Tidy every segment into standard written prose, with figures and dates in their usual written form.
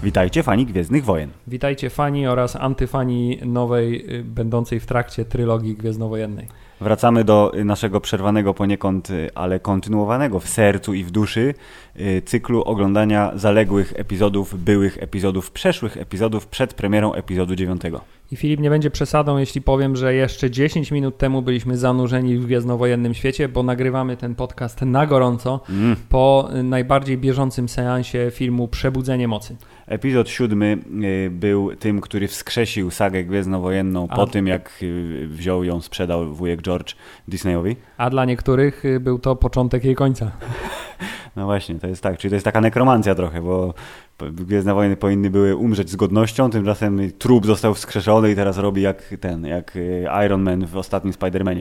Witajcie fani Gwiezdnych Wojen. Witajcie fani oraz antyfani nowej, będącej w trakcie trylogii gwiezdnowojennej. Wracamy do naszego przerwanego poniekąd, ale kontynuowanego w sercu i w duszy cyklu oglądania zaległych epizodów, byłych epizodów, przeszłych epizodów przed premierą epizodu 9. I Filip, nie będzie przesadą, jeśli powiem, że jeszcze 10 minut temu byliśmy zanurzeni w gwiezdnowojennym świecie, bo nagrywamy ten podcast na gorąco po najbardziej bieżącym seansie filmu Przebudzenie Mocy. Epizod 7 był tym, który wskrzesił sagę gwiezdnowojenną po tym, jak wziął ją, sprzedał wujek George Disneyowi. A dla niektórych był to początek jej końca. No właśnie, to jest tak, czyli to jest taka nekromancja trochę, bo Gwiezdne Wojny powinny były umrzeć z godnością, tymczasem trup został wskrzeszony i teraz robi jak Iron Man w ostatnim Spider-Manie.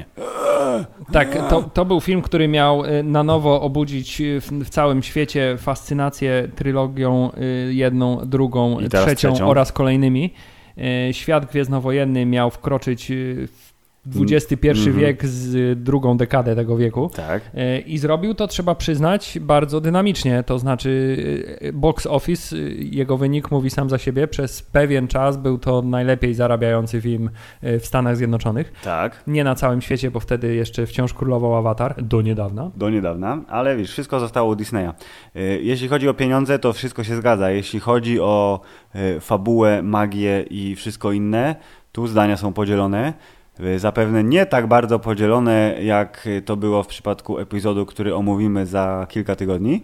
Tak, to był film, który miał na nowo obudzić w całym świecie fascynację trylogią jedną, drugą, trzecią oraz kolejnymi. Świat gwiezdnowojenny miał wkroczyć w XXI wiek z drugą dekadę tego wieku. Tak. I zrobił to, trzeba przyznać, bardzo dynamicznie. To znaczy box office, jego wynik mówi sam za siebie. Przez pewien czas był to najlepiej zarabiający film w Stanach Zjednoczonych. Tak. Nie na całym świecie, bo wtedy jeszcze wciąż królował Avatar. Do niedawna, ale wiesz, wszystko zostało u Disneya. Jeśli chodzi o pieniądze, to wszystko się zgadza. Jeśli chodzi o fabułę, magię i wszystko inne, tu zdania są podzielone. Zapewne nie tak bardzo podzielone, jak to było w przypadku epizodu, który omówimy za kilka tygodni,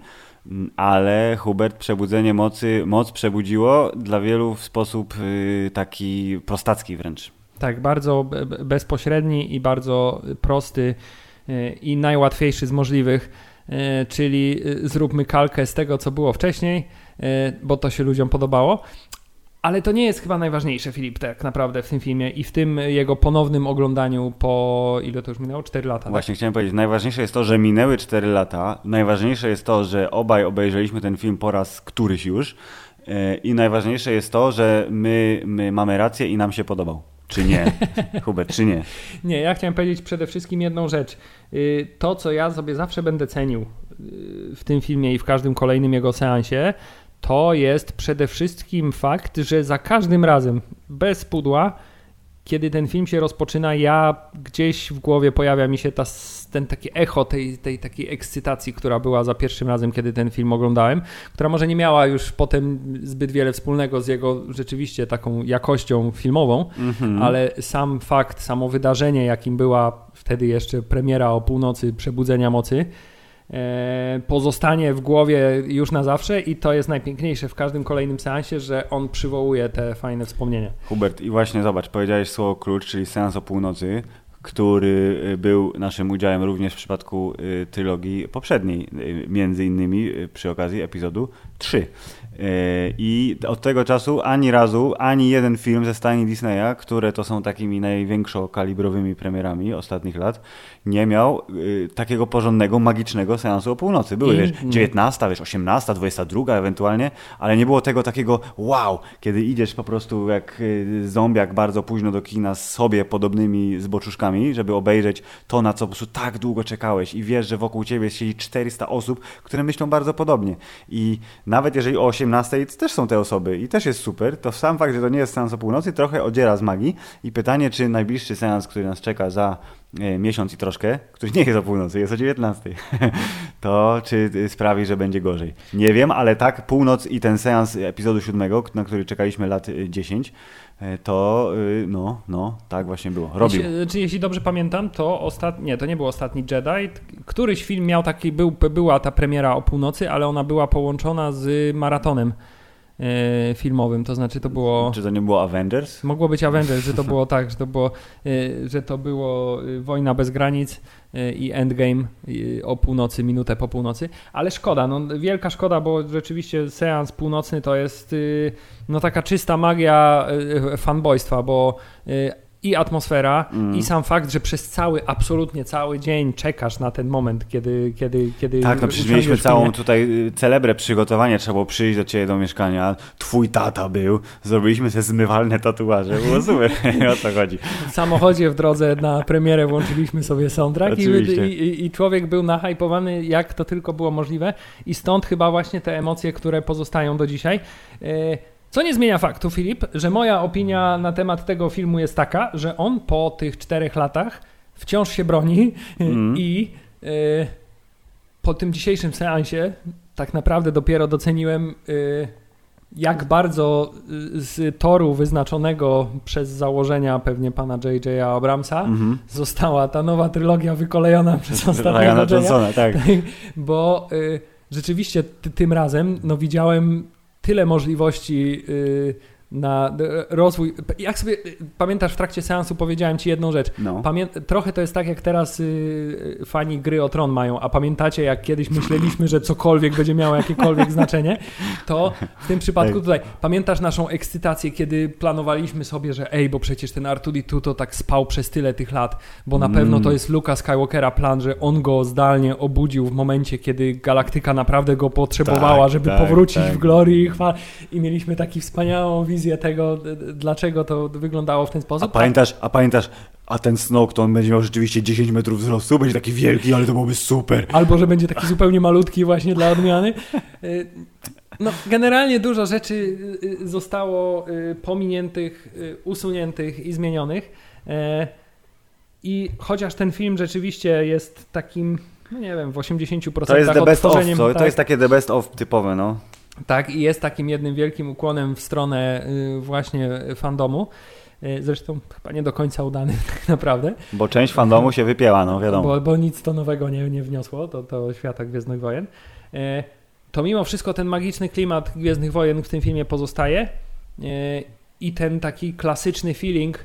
ale Hubert, Przebudzenie Mocy, moc przebudziło dla wielu w sposób taki prostacki wręcz. Tak, bardzo bezpośredni i bardzo prosty i najłatwiejszy z możliwych, czyli zróbmy kalkę z tego, co było wcześniej, bo to się ludziom podobało. Ale to nie jest chyba najważniejsze, Filip, tak naprawdę w tym filmie i w tym jego ponownym oglądaniu po, ile to już minęło? 4 lata. Właśnie chciałem powiedzieć, najważniejsze jest to, że minęły 4 lata, najważniejsze jest to, że obaj obejrzeliśmy ten film po raz któryś już i najważniejsze jest to, że my mamy rację i nam się podobał. Czy nie? Hubert, czy nie? Nie, ja chciałem powiedzieć przede wszystkim jedną rzecz. To, co ja sobie zawsze będę cenił w tym filmie i w każdym kolejnym jego seansie, to jest przede wszystkim fakt, że za każdym razem, bez pudła, kiedy ten film się rozpoczyna, ja gdzieś w głowie pojawia mi się ten takie echo tej takiej ekscytacji, która była za pierwszym razem, kiedy ten film oglądałem, która może nie miała już potem zbyt wiele wspólnego z jego rzeczywiście taką jakością filmową, ale sam fakt, samo wydarzenie, jakim była wtedy jeszcze premiera o północy Przebudzenia Mocy, pozostanie w głowie już na zawsze i to jest najpiękniejsze w każdym kolejnym seansie, że on przywołuje te fajne wspomnienia. Hubert, i właśnie zobacz, powiedziałeś słowo klucz, czyli seans o północy, który był naszym udziałem również w przypadku trylogii poprzedniej, między innymi przy okazji epizodu 3. I od tego czasu ani razu, ani jeden film ze stajni Disneya, które to są takimi największokalibrowymi premierami ostatnich lat, nie miał takiego porządnego, magicznego seansu o północy. Były, wiesz, 19, wiesz, 18, 22 ewentualnie, ale nie było tego takiego wow, kiedy idziesz po prostu jak zombiak bardzo późno do kina z sobie podobnymi zboczuszkami, żeby obejrzeć to, na co po prostu tak długo czekałeś i wiesz, że wokół ciebie siedzi 400 osób, które myślą bardzo podobnie. I nawet jeżeli o 18 też są te osoby i też jest super, to sam fakt, że to nie jest seans o północy, trochę odziera z magii i pytanie, czy najbliższy seans, który nas czeka za miesiąc i troszkę, który nie jest o północy, jest o 19, to czy sprawi, że będzie gorzej. Nie wiem, ale tak, północ i ten seans epizodu 7, na który czekaliśmy lat 10, to tak właśnie było. Robił. Jeśli dobrze pamiętam, to to nie był ostatni Jedi. Któryś film miał była ta premiera o północy, ale ona była połączona z maratonem filmowym, to znaczy to było... Czy to nie było Avengers? Mogło być Avengers, że to było tak, że to było Wojna bez granic i Endgame o północy, minutę po północy, ale szkoda, wielka szkoda, bo rzeczywiście seans północny to jest taka czysta magia fanboystwa, bo i atmosfera, i sam fakt, że przez absolutnie cały dzień czekasz na ten moment, kiedy tak, no przecież mieliśmy całą tutaj celebrę przygotowania, trzeba było przyjść do ciebie do mieszkania, twój tata był, zrobiliśmy sobie zmywalne tatuaże, było super, o co chodzi. W samochodzie w drodze na premierę włączyliśmy sobie soundtrack i człowiek był nahypowany, jak to tylko było możliwe i stąd chyba właśnie te emocje, które pozostają do dzisiaj. Co nie zmienia faktu, Filip, że moja opinia na temat tego filmu jest taka, że on po tych 4 latach wciąż się broni i po tym dzisiejszym seansie tak naprawdę dopiero doceniłem, jak bardzo z toru wyznaczonego przez założenia pewnie pana J.J. Abramsa została ta nowa trylogia wykolejona przez ostatniego Johnsona, tak. Bo rzeczywiście tym razem widziałem tyle możliwości na rozwój. Jak sobie pamiętasz, w trakcie seansu powiedziałem ci jedną rzecz. No. Trochę to jest tak, jak teraz fani Gry o Tron mają, a pamiętacie, jak kiedyś myśleliśmy, że cokolwiek będzie miało jakiekolwiek znaczenie, to w tym przypadku tutaj pamiętasz naszą ekscytację, kiedy planowaliśmy sobie, że bo przecież ten R2-D2 to tak spał przez tyle tych lat, bo na pewno to jest Luka Skywalkera plan, że on go zdalnie obudził w momencie, kiedy galaktyka naprawdę go potrzebowała, żeby powrócić w glorii i chwale. I mieliśmy taki wspaniałą wizję tego, dlaczego to wyglądało w ten sposób. A pamiętasz, a ten Snoke to on będzie miał rzeczywiście 10 metrów wzrostu, będzie taki wielki, ale to byłoby super. Albo, że będzie taki zupełnie malutki właśnie dla odmiany. Generalnie dużo rzeczy zostało pominiętych, usuniętych i zmienionych. I chociaż ten film rzeczywiście jest takim, nie wiem, w 80% to jest the best of, tak, to jest takie the best of typowe, no. Tak, i jest takim jednym wielkim ukłonem w stronę właśnie fandomu. Zresztą chyba nie do końca udany tak naprawdę. Bo część fandomu się wypięła, no wiadomo. Bo nic to nowego nie wniosło do świata Gwiezdnych Wojen. To mimo wszystko ten magiczny klimat Gwiezdnych Wojen w tym filmie pozostaje i ten taki klasyczny feeling,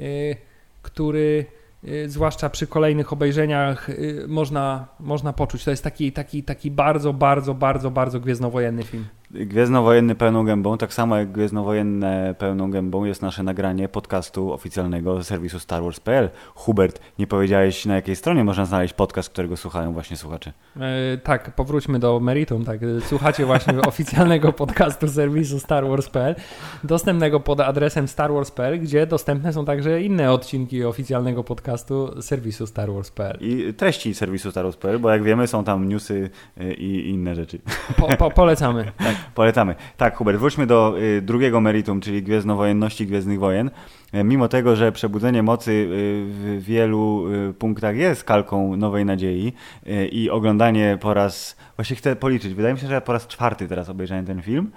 który zwłaszcza przy kolejnych obejrzeniach można poczuć. To jest taki bardzo, bardzo, bardzo, bardzo gwiezdnowojenny film. Gwiezdnowojenny pełną gębą, tak samo jak gwiezdnowojenne pełną gębą jest nasze nagranie podcastu oficjalnego serwisu Star Wars.pl. Hubert, nie powiedziałeś, na jakiej stronie można znaleźć podcast, którego słuchają właśnie słuchacze. Tak, powróćmy do meritum. Tak. Słuchacie właśnie oficjalnego podcastu serwisu Star Wars.pl, dostępnego pod adresem starwars.pl, gdzie dostępne są także inne odcinki oficjalnego podcastu serwisu Star Wars.pl. I treści serwisu Star Wars.pl, bo jak wiemy są tam newsy i inne rzeczy. Polecamy. Tak, polecamy. Tak, Hubert, wróćmy do drugiego meritum, czyli gwiezdnowojenności Gwiezdnych Wojen. Mimo tego, że Przebudzenie Mocy w wielu punktach jest kalką Nowej Nadziei i oglądanie po raz... Właśnie chcę policzyć. Wydaje mi się, że ja po raz 4 teraz obejrzałem ten film.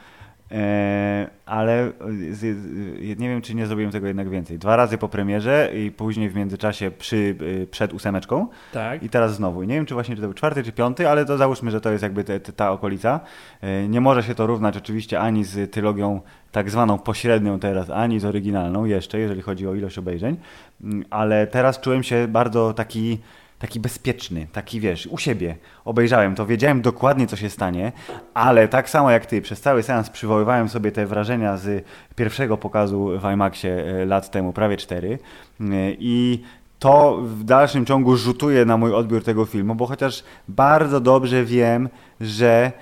Ale nie wiem, czy nie zrobiłem tego jednak więcej. 2 razy po premierze i później w międzyczasie przed 8. Tak. I teraz znowu. Nie wiem, czy właśnie to był 4 czy 5, ale to załóżmy, że to jest jakby ta okolica. Nie może się to równać oczywiście ani z trylogią tak zwaną pośrednią teraz, ani z oryginalną jeszcze, jeżeli chodzi o ilość obejrzeń, ale teraz czułem się bardzo taki bezpieczny, taki wiesz, u siebie. Obejrzałem to, wiedziałem dokładnie, co się stanie, ale tak samo jak ty, przez cały seans przywoływałem sobie te wrażenia z pierwszego pokazu w IMAXie lat temu, prawie 4 i to w dalszym ciągu rzutuje na mój odbiór tego filmu, bo chociaż bardzo dobrze wiem, że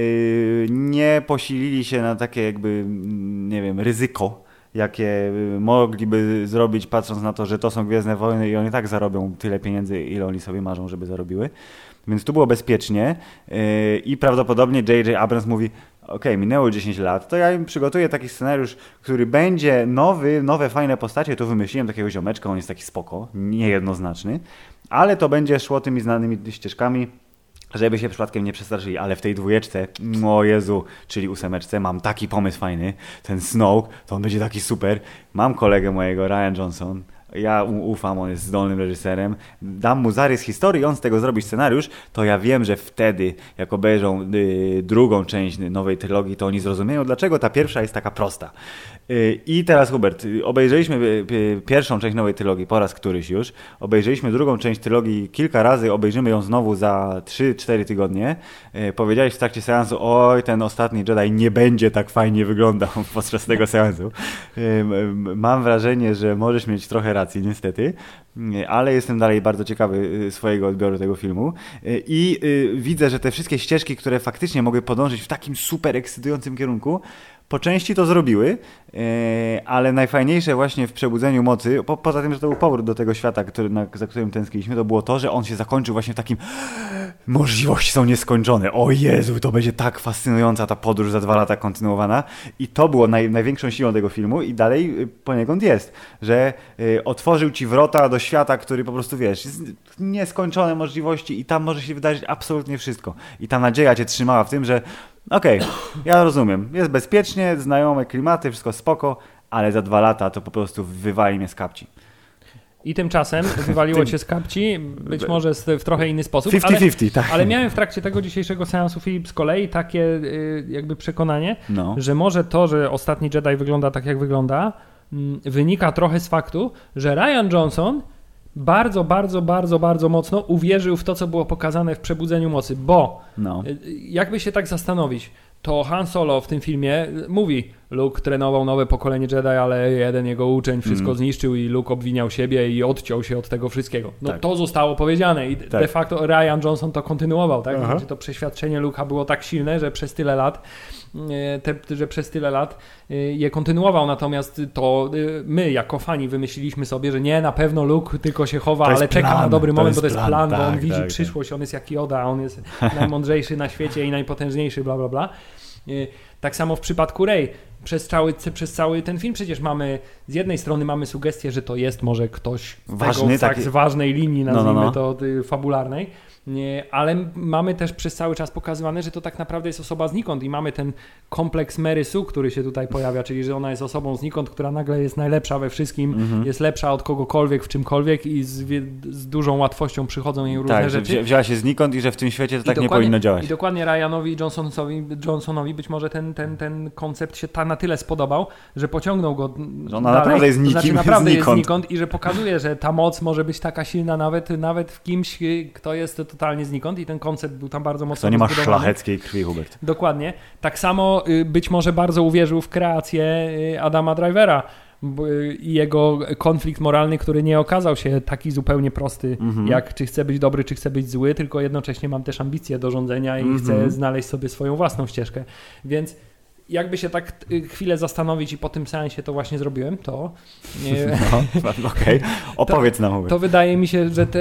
nie posilili się na takie jakby, nie wiem, ryzyko, jakie mogliby zrobić, patrząc na to, że to są Gwiezdne Wojny i oni tak zarobią tyle pieniędzy, ile oni sobie marzą, żeby zarobiły. Więc tu było bezpiecznie i prawdopodobnie J.J. Abrams mówi, minęło 10 lat, to ja im przygotuję taki scenariusz, który będzie nowe, fajne postacie, tu wymyśliłem takiego ziomeczka, on jest taki spoko, niejednoznaczny, ale to będzie szło tymi znanymi ścieżkami, żeby się przypadkiem nie przestraszyli, ale w tej 2, o Jezu, czyli 8, mam taki pomysł fajny, ten Snoke, to on będzie taki super, mam kolegę mojego, Rian Johnson, ja ufam, on jest zdolnym reżyserem, dam mu zarys historii, on z tego zrobi scenariusz, to ja wiem, że wtedy, jak obejrzą drugą część nowej trylogii, to oni zrozumieją, dlaczego ta pierwsza jest taka prosta. I teraz, Hubert, obejrzeliśmy pierwszą część nowej trylogii po raz któryś już, obejrzeliśmy drugą część trylogii kilka razy, obejrzymy ją znowu za 3-4 tygodnie. Powiedziałeś w trakcie seansu, oj, ten ostatni Jedi nie będzie tak fajnie wyglądał podczas tego seansu. Mam wrażenie, że możesz mieć trochę racji niestety, ale jestem dalej bardzo ciekawy swojego odbioru tego filmu i widzę, że te wszystkie ścieżki, które faktycznie mogły podążyć w takim super ekscytującym kierunku, po części to zrobiły, ale najfajniejsze właśnie w Przebudzeniu Mocy, poza tym, że to był powrót do tego świata, za którym tęskniliśmy, to było to, że on się zakończył właśnie w takim możliwości są nieskończone. O Jezu, to będzie tak fascynująca ta podróż za 2 lata kontynuowana i to było największą siłą tego filmu i dalej poniekąd jest, że otworzył ci wrota do świata, który po prostu, wiesz, jest nieskończone możliwości i tam może się wydarzyć absolutnie wszystko. I ta nadzieja cię trzymała w tym, że okej, ja rozumiem, jest bezpiecznie, znajome klimaty, wszystko spoko, ale za 2 lata to po prostu wywali mnie z kapci. I tymczasem wywaliło cię z kapci, być może w trochę inny sposób. 50-50, tak. Ale miałem w trakcie tego dzisiejszego seansu, Filip, z kolei takie jakby przekonanie, że może to, że Ostatni Jedi wygląda tak, jak wygląda, wynika trochę z faktu, że Rian Johnson bardzo, bardzo, bardzo, bardzo mocno uwierzył w to, co było pokazane w Przebudzeniu Mocy, bo jakby się tak zastanowić, to Han Solo w tym filmie mówi, Luke trenował nowe pokolenie Jedi, ale jeden jego uczeń wszystko zniszczył i Luke obwiniał siebie i odciął się od tego wszystkiego. No to zostało powiedziane i de facto Rian Johnson to kontynuował, tak? Znaczy, to przeświadczenie Luke'a było tak silne, że przez tyle lat je kontynuował, natomiast to my jako fani wymyśliliśmy sobie, że nie, na pewno Luke tylko się chowa, ale czeka na dobry moment, bo to jest plan, bo on widzi przyszłość, on jest jak Yoda, on jest najmądrzejszy na świecie i najpotężniejszy, bla, bla, bla. Tak samo w przypadku Rey. Przez cały ten film przecież mamy, z jednej strony mamy sugestię, że to jest może ktoś ważny, z ważnej linii, nazwijmy to fabularnej, ale mamy też przez cały czas pokazywane, że to tak naprawdę jest osoba znikąd i mamy ten kompleks Mary Sue, który się tutaj pojawia, czyli że ona jest osobą znikąd, która nagle jest najlepsza we wszystkim, jest lepsza od kogokolwiek w czymkolwiek i z dużą łatwością przychodzą jej różne rzeczy. Tak, wzięła się znikąd i że w tym świecie to tak nie powinno działać. I dokładnie Ryanowi i Johnsonowi być może ten koncept się na tyle spodobał, że pociągnął go ona dalej. naprawdę jest nikim, znaczy naprawdę jest znikąd i że pokazuje, że ta moc może być taka silna nawet w kimś, kto jest totalnie znikąd i ten koncept był tam bardzo mocno to nie ma szlacheckiej krwi, Hubert. Dokładnie. Tak samo być może bardzo uwierzył w kreację Adama Drivera i jego konflikt moralny, który nie okazał się taki zupełnie prosty, jak czy chcę być dobry, czy chcę być zły, tylko jednocześnie mam też ambicje do rządzenia i chcę znaleźć sobie swoją własną ścieżkę. Więc jakby się tak chwilę zastanowić i po tym seansie to właśnie zrobiłem, to... Okej. Opowiedz nam. To wydaje mi się, że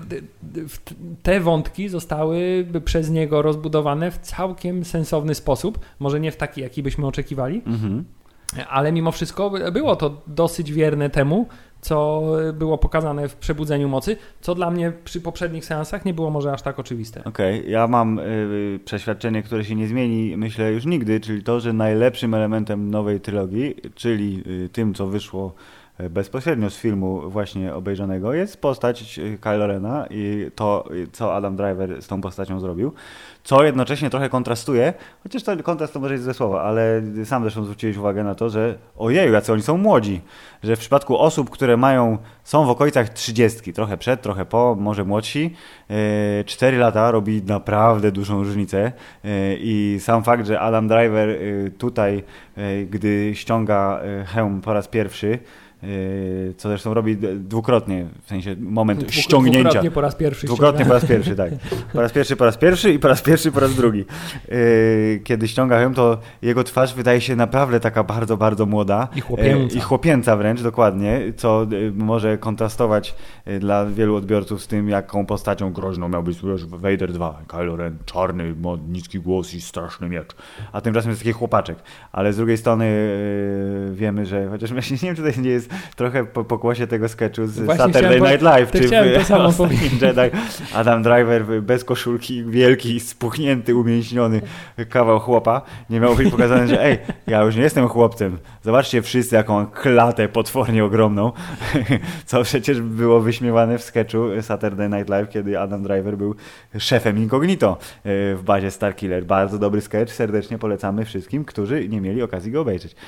te wątki zostały przez niego rozbudowane w całkiem sensowny sposób. Może nie w taki, jaki byśmy oczekiwali, ale mimo wszystko było to dosyć wierne temu, co było pokazane w Przebudzeniu Mocy, co dla mnie przy poprzednich seansach nie było może aż tak oczywiste. Okej, ja mam przeświadczenie, które się nie zmieni, myślę, już nigdy, czyli to, że najlepszym elementem nowej trylogii, czyli tym, co wyszło bezpośrednio z filmu właśnie obejrzanego, jest postać Kylo Rena i to, co Adam Driver z tą postacią zrobił, co jednocześnie trochę kontrastuje, chociaż to kontrast to może jest złe słowo, ale sam zresztą zwróciłeś uwagę na to, że ojeju, jacy oni są młodzi, że w przypadku osób, które są w okolicach 30, trochę przed, trochę po, może młodsi, 4 lata robi naprawdę dużą różnicę i sam fakt, że Adam Driver tutaj, gdy ściąga hełm po raz pierwszy, co zresztą robi dwukrotnie, w sensie moment ściągnięcia. Dwukrotnie po raz pierwszy. Dwukrotnie po raz pierwszy, tak. Po raz pierwszy i po raz pierwszy po raz drugi. Kiedy ściąga hełm, to jego twarz wydaje się naprawdę taka bardzo, bardzo młoda. I chłopięca wręcz, dokładnie, co może kontrastować dla wielu odbiorców z tym, jaką postacią groźną miał być Vader 2. Kylo Ren, czarny, ma niski głos i straszny miecz. A tymczasem jest taki chłopaczek. Ale z drugiej strony wiemy, że chociaż ja nie wiem, czy to nie jest trochę po pokłosie tego sketchu z właśnie Saturday Night Live, czy w Jedi Adam Driver bez koszulki, wielki, spuchnięty, umięśniony kawał chłopa. Nie miało być pokazane, że ja już nie jestem chłopcem. Zobaczcie wszyscy, jaką klatę potwornie ogromną, co przecież było wyśmiewane w sketchu Saturday Night Live, kiedy Adam Driver był szefem incognito w bazie Starkiller. Bardzo dobry sketch, serdecznie polecamy wszystkim, którzy nie mieli okazji go obejrzeć.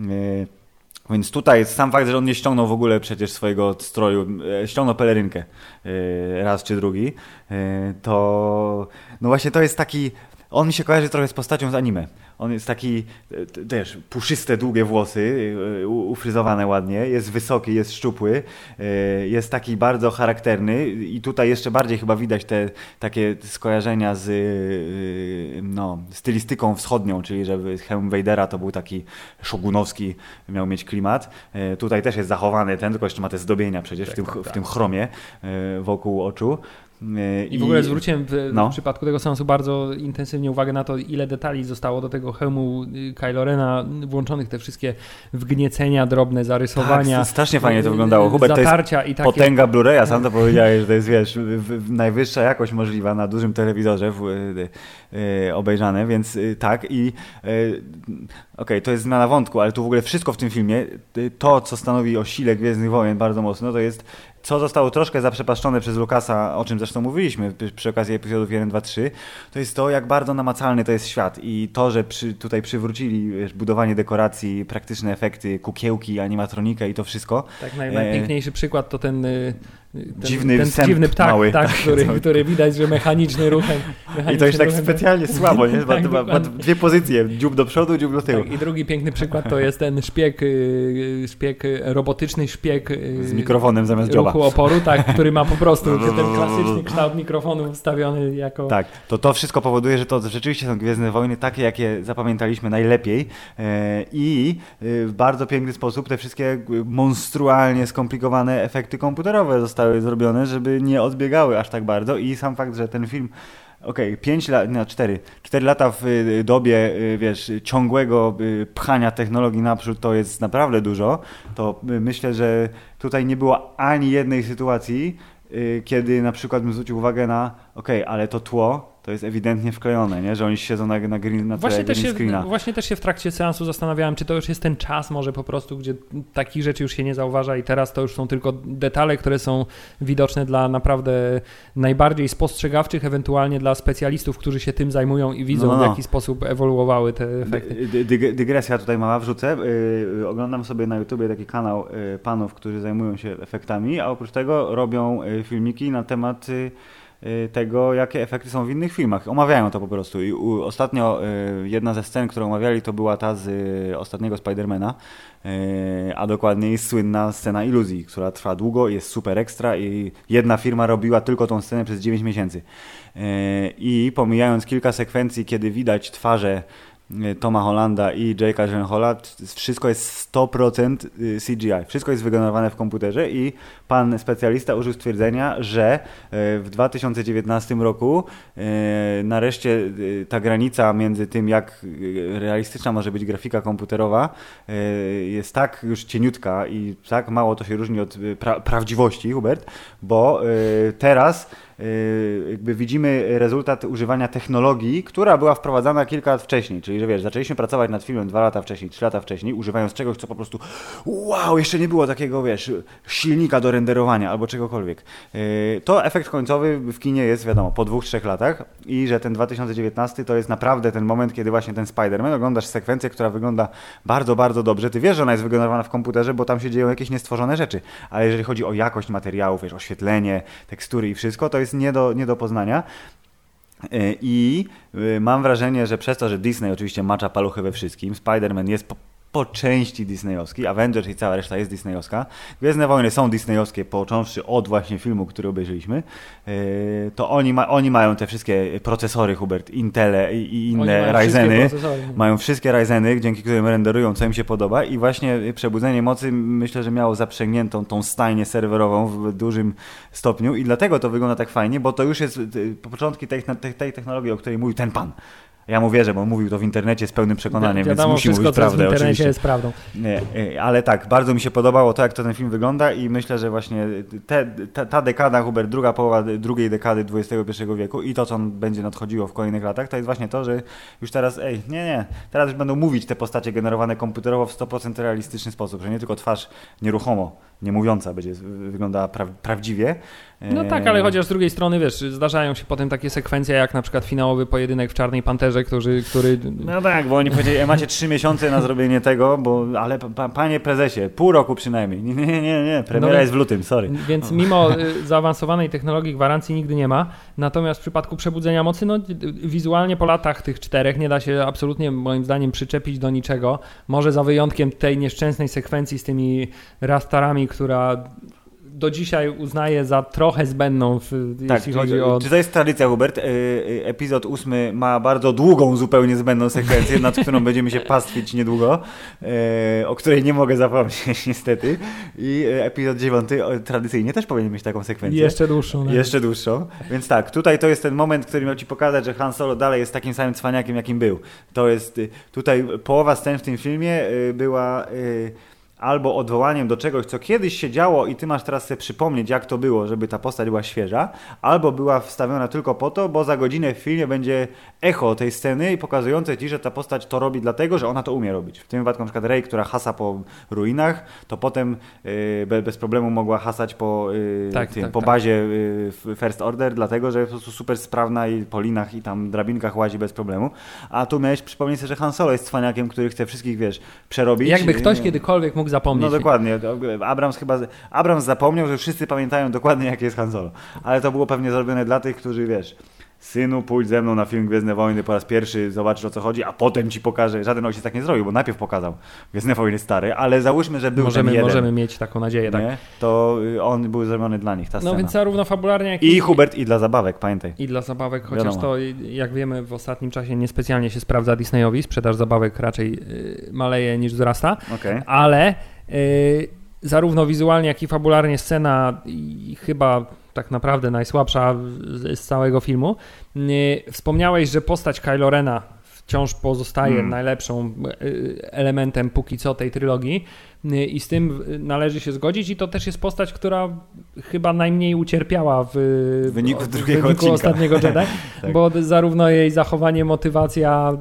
Więc tutaj sam fakt, że on nie ściągnął w ogóle przecież swojego stroju, ściągnął pelerynkę raz czy drugi, to no właśnie to jest taki On mi się kojarzy trochę z postacią z anime. On jest taki, też puszyste, długie włosy, ufryzowane ładnie, jest wysoki, jest szczupły, jest taki bardzo charakterny i tutaj jeszcze bardziej chyba widać te takie skojarzenia z stylistyką wschodnią, czyli że hełm Vadera to był taki szogunowski, miał mieć klimat. Tutaj też jest zachowany ten, tylko jeszcze ma te zdobienia przecież w tym chromie wokół oczu. I w ogóle zwróciłem w przypadku tego seansu bardzo intensywnie uwagę na to, ile detali zostało do tego hełmu Kylo Rena włączonych, te wszystkie wgniecenia, drobne zarysowania. Tak, strasznie fajnie to wyglądało. Hubert, zatarcia to jest i takie... potęga Blu-raya, sam to powiedziałeś, że to jest, wiesz, najwyższa jakość możliwa na dużym telewizorze obejrzane, więc tak i okej, to jest zmiana wątku, ale tu w ogóle wszystko w tym filmie, to co stanowi o sile Gwiezdnych Wojen bardzo mocno, to jest co zostało troszkę zaprzepaszczone przez Lucasa, o czym zresztą mówiliśmy przy okazji epizodów 1, 2, 3, to jest to, jak bardzo namacalny to jest świat i to, że tutaj przywrócili budowanie dekoracji, praktyczne efekty, kukiełki, animatronikę i to wszystko. Tak, najpiękniejszy przykład to ten dziwny ptak, mały, który widać, że mechaniczny ruchem. I to jest tak specjalnie słabo, nie? Ma dwie pozycje, dziób do przodu, dziób do tyłu. Tak, i drugi piękny przykład to jest ten robotyczny szpieg z mikrofonem zamiast dzioba. Ruchu oporu, tak, który ma po prostu ten klasyczny kształt mikrofonu wstawiony jako... Tak, to wszystko powoduje, że to rzeczywiście są Gwiezdne Wojny takie, jakie zapamiętaliśmy najlepiej i w bardzo piękny sposób te wszystkie monstrualnie skomplikowane efekty komputerowe zostały zrobione, żeby nie odbiegały aż tak bardzo i sam fakt, że ten film 4 lata w dobie, wiesz, ciągłego pchania technologii naprzód to jest naprawdę dużo, to myślę, że tutaj nie było ani jednej sytuacji, kiedy na przykład bym zwrócił uwagę na ale to tło to jest ewidentnie wklejone, nie? Że oni siedzą na green screena. Właśnie też się w trakcie seansu zastanawiałem, czy to już jest ten czas może po prostu, gdzie takich rzeczy już się nie zauważa i teraz to już są tylko detale, które są widoczne dla naprawdę najbardziej spostrzegawczych, ewentualnie dla specjalistów, którzy się tym zajmują i widzą, w jaki sposób ewoluowały te efekty. Dygresja tutaj mała wrzucę. Oglądam sobie na YouTubie taki kanał panów, którzy zajmują się efektami, a oprócz tego robią filmiki na temat tego, jakie efekty są w innych filmach. Omawiają to po prostu. I ostatnio jedna ze scen, którą omawiali, to była ta z ostatniego Spidermana, a dokładniej słynna scena iluzji, która trwa długo, jest super ekstra i jedna firma robiła tylko tą scenę przez 9 miesięcy. I pomijając kilka sekwencji, kiedy widać twarze Toma Hollanda i Jake'a Gyllenhaala, wszystko jest 100% CGI. Wszystko jest wygenerowane w komputerze i pan specjalista użył stwierdzenia, że w 2019 roku nareszcie ta granica między tym, jak realistyczna może być grafika komputerowa, jest tak już cieniutka i tak mało to się różni od prawdziwości, Hubert, bo teraz jakby widzimy rezultat używania technologii, która była wprowadzana kilka lat wcześniej, czyli że wiesz, zaczęliśmy pracować nad filmem 2 lata wcześniej, 3 lata wcześniej, używając czegoś, co po prostu wow, jeszcze nie było takiego, wiesz, silnika do renderowania albo czegokolwiek. To efekt końcowy w kinie jest, wiadomo, po 2-3 latach i że ten 2019 to jest naprawdę ten moment, kiedy właśnie ten Spider-Man, oglądasz sekwencję, która wygląda bardzo, bardzo dobrze. Ty wiesz, że ona jest wygenerowana w komputerze, bo tam się dzieją jakieś niestworzone rzeczy, ale jeżeli chodzi o jakość materiałów, wiesz, oświetlenie, tekstury i wszystko, to jest nie do poznania. I mam wrażenie, że przez to, że Disney oczywiście macza paluchy we wszystkim, Spider-Man jest po części disneyowski, Avengers i cała reszta jest disneyowska. Gwiezdne Wojny są disneyowskie, począwszy od właśnie filmu, który obejrzeliśmy. To oni mają te wszystkie procesory, Hubert, Intele i inne Ryzeny. Mają wszystkie Ryzeny, dzięki którym renderują, co im się podoba i właśnie Przebudzenie Mocy myślę, że miało zaprzęgniętą tą stajnię serwerową w dużym stopniu i dlatego to wygląda tak fajnie, bo to już jest początki tej technologii, o której mówił ten pan. Ja mu wierzę, bo mówił to w internecie z pełnym przekonaniem, więc musi mówić prawdę. W internecie jest prawdą. Ale tak, bardzo mi się podobało to, jak to ten film wygląda i myślę, że właśnie ta dekada, Hubert, druga połowa drugiej dekady XXI wieku i to, co będzie nadchodziło w kolejnych latach, to jest właśnie to, że już teraz, teraz już będą mówić te postacie generowane komputerowo w 100% realistyczny sposób, że nie tylko twarz nieruchomo, nie mówiąca będzie wyglądała prawdziwie, No tak, ale chociaż z drugiej strony, wiesz, zdarzają się potem takie sekwencje, jak na przykład finałowy pojedynek w Czarnej Panterze, który... No tak, bo oni powiedzieli, macie 3 miesiące na zrobienie tego, ale panie prezesie, pół roku przynajmniej. Nie, premiera jest w lutym, sorry. Więc mimo zaawansowanej technologii gwarancji nigdy nie ma, natomiast w przypadku Przebudzenia Mocy, no wizualnie po latach tych 4 nie da się absolutnie moim zdaniem przyczepić do niczego. Może za wyjątkiem tej nieszczęsnej sekwencji z tymi rastarami, która do dzisiaj uznaję za trochę zbędną, jeśli chodzi o... Czy to jest tradycja, Hubert? Epizod 8 ma bardzo długą, zupełnie zbędną sekwencję, nad którą będziemy się pastwić niedługo, o której nie mogę zapomnieć niestety. I epizod 9 tradycyjnie też powinien mieć taką sekwencję. Jeszcze dłuższą. No. Jeszcze dłuższą. Więc tak, tutaj to jest ten moment, który miał ci pokazać, że Han Solo dalej jest takim samym cwaniakiem, jakim był. To jest tutaj połowa scen w tym filmie była... albo odwołaniem do czegoś, co kiedyś się działo i ty masz teraz sobie przypomnieć, jak to było, żeby ta postać była świeża, albo była wstawiona tylko po to, bo za godzinę w filmie będzie echo tej sceny pokazujące ci, że ta postać to robi dlatego, że ona to umie robić. W tym wypadku na przykład Rey, która hasa po ruinach, to potem bez problemu mogła hasać po bazie First Order, dlatego, że jest po prostu super sprawna i po linach i tam drabinkach łazi bez problemu. A tu miałeś przypomnieć sobie, że Han Solo jest cwaniakiem, który chce wszystkich, wiesz, przerobić. Jakby ktoś kiedykolwiek mógł zapomnieć. No dokładnie. Abrams zapomniał, że wszyscy pamiętają dokładnie, jaki jest Han Solo. Ale to było pewnie zrobione dla tych, którzy, wiesz, synu, pójdź ze mną na film Gwiezdne Wojny po raz pierwszy, zobaczysz, o co chodzi, a potem ci pokażę. Żaden ojciec tak nie zrobił, bo najpierw pokazał Gwiezdne Wojny stare, ale załóżmy, że był ten jeden. Możemy mieć taką nadzieję, tak. To on był zrobiony dla nich, ta scena. No więc zarówno fabularnie, jak i Hubert, i dla zabawek, pamiętaj. I dla zabawek, chociaż Wiadomo. to, jak wiemy, w ostatnim czasie niespecjalnie się sprawdza Disneyowi, sprzedaż zabawek raczej maleje niż wzrasta, ale zarówno wizualnie, jak i fabularnie scena i chyba tak naprawdę najsłabsza z całego filmu. Wspomniałeś, że postać Kylo Rena wciąż pozostaje najlepszą elementem póki co tej trylogii i z tym należy się zgodzić i to też jest postać, która chyba najmniej ucierpiała w wyniku ostatniego Jedi, tak. Bo zarówno jej zachowanie, motywacja,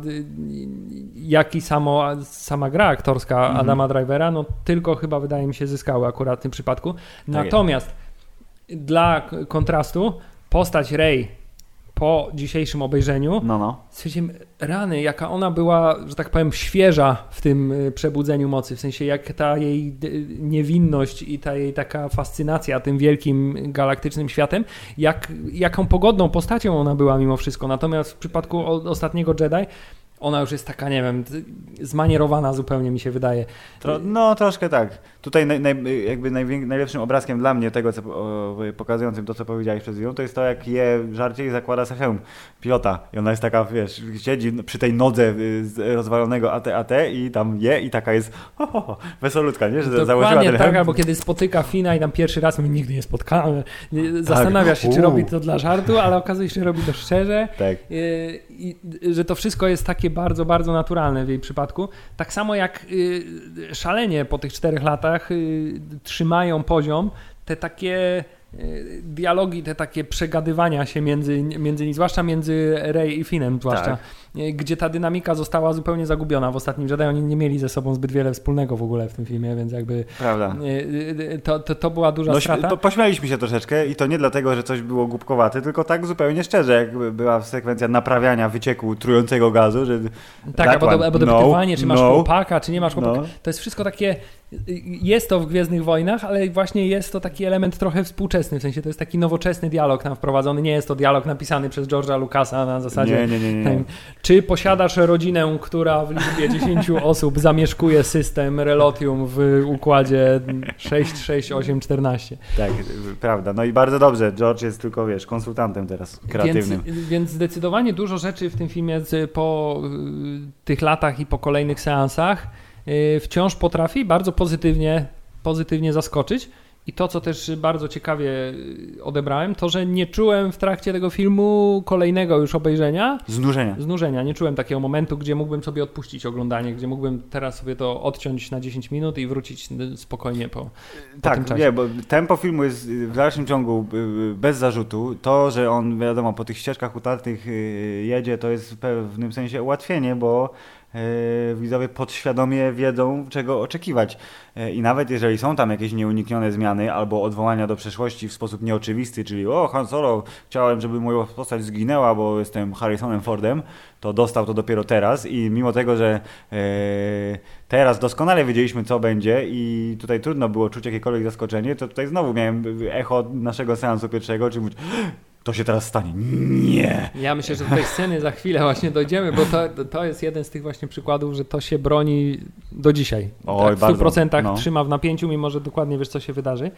jak i sama gra aktorska Adama Drivera, no tylko chyba wydaje mi się zyskały akurat w tym przypadku. Natomiast dla kontrastu postać Rey po dzisiejszym obejrzeniu, stwierdziłem, rany, jaka ona była, że tak powiem, świeża w tym Przebudzeniu Mocy, w sensie jak ta jej niewinność i ta jej taka fascynacja tym wielkim galaktycznym światem, jaką pogodną postacią ona była mimo wszystko. Natomiast w przypadku ostatniego Jedi ona już jest taka, nie wiem, zmanierowana zupełnie, mi się wydaje. Troszkę tak. Tutaj najlepszym obrazkiem dla mnie tego, pokazującym to, co powiedziałeś przed chwilą, to jest to, jak je żarcie i zakłada sobie hełm pilota. I ona jest taka, wiesz, siedzi przy tej nodze rozwalonego AT i tam je i taka jest wesolutka, nie? Że założyła ten hełm. Tak, albo kiedy spotyka Fina i tam pierwszy raz my nigdy nie spotkamy. Zastanawiasz się, czy robi to dla żartu, ale okazuje się, że robi to szczerze. Tak. I że to wszystko jest takie bardzo, bardzo naturalne w jej przypadku. Tak samo jak szalenie po tych 4 latach trzymają poziom te takie dialogi, te takie przegadywania się między zwłaszcza między Rey i Finnem, zwłaszcza, gdzie ta dynamika została zupełnie zagubiona w ostatnim Jedi. Oni nie mieli ze sobą zbyt wiele wspólnego w ogóle w tym filmie, więc jakby to była duża strata. Pośmialiśmy się troszeczkę i to nie dlatego, że coś było głupkowate, tylko tak zupełnie szczerze, jak była sekwencja naprawiania wycieku trującego gazu, że albo dopytywanie, czy masz chłopaka, czy nie masz chłopaka. To jest wszystko takie, jest to w Gwiezdnych Wojnach, ale właśnie jest to taki element trochę współczesny, w sensie to jest taki nowoczesny dialog tam wprowadzony, nie jest to dialog napisany przez George'a Lucasa na zasadzie nie. Czy posiadasz rodzinę, która w liczbie 10 osób zamieszkuje system Relotium w układzie 66814. Tak, prawda. No i bardzo dobrze. George jest tylko, wiesz, konsultantem teraz kreatywnym. Więc zdecydowanie dużo rzeczy w tym filmie po tych latach i po kolejnych seansach wciąż potrafi bardzo pozytywnie zaskoczyć. I to, co też bardzo ciekawie odebrałem, to, że nie czułem w trakcie tego filmu kolejnego już obejrzenia znużenia. Nie czułem takiego momentu, gdzie mógłbym sobie odpuścić oglądanie, gdzie mógłbym teraz sobie to odciąć na 10 minut i wrócić spokojnie po tym czasie. Nie, bo tempo filmu jest w dalszym ciągu bez zarzutu. To, że on, wiadomo, po tych ścieżkach utartych jedzie, to jest w pewnym sensie ułatwienie, bo widzowie podświadomie wiedzą, czego oczekiwać. I nawet jeżeli są tam jakieś nieuniknione zmiany albo odwołania do przeszłości w sposób nieoczywisty, czyli Han Solo, chciałem, żeby moja postać zginęła, bo jestem Harrisonem Fordem, to dostał to dopiero teraz i mimo tego, że teraz doskonale wiedzieliśmy, co będzie i tutaj trudno było czuć jakiekolwiek zaskoczenie, to tutaj znowu miałem echo naszego seansu pierwszego, czyli mówić, to się teraz stanie. Nie! Ja myślę, że do tej sceny za chwilę właśnie dojdziemy, bo to jest jeden z tych właśnie przykładów, że to się broni do dzisiaj. Oj, tak, w 100% bardzo, trzyma w napięciu, mimo że dokładnie wiesz, co się wydarzy.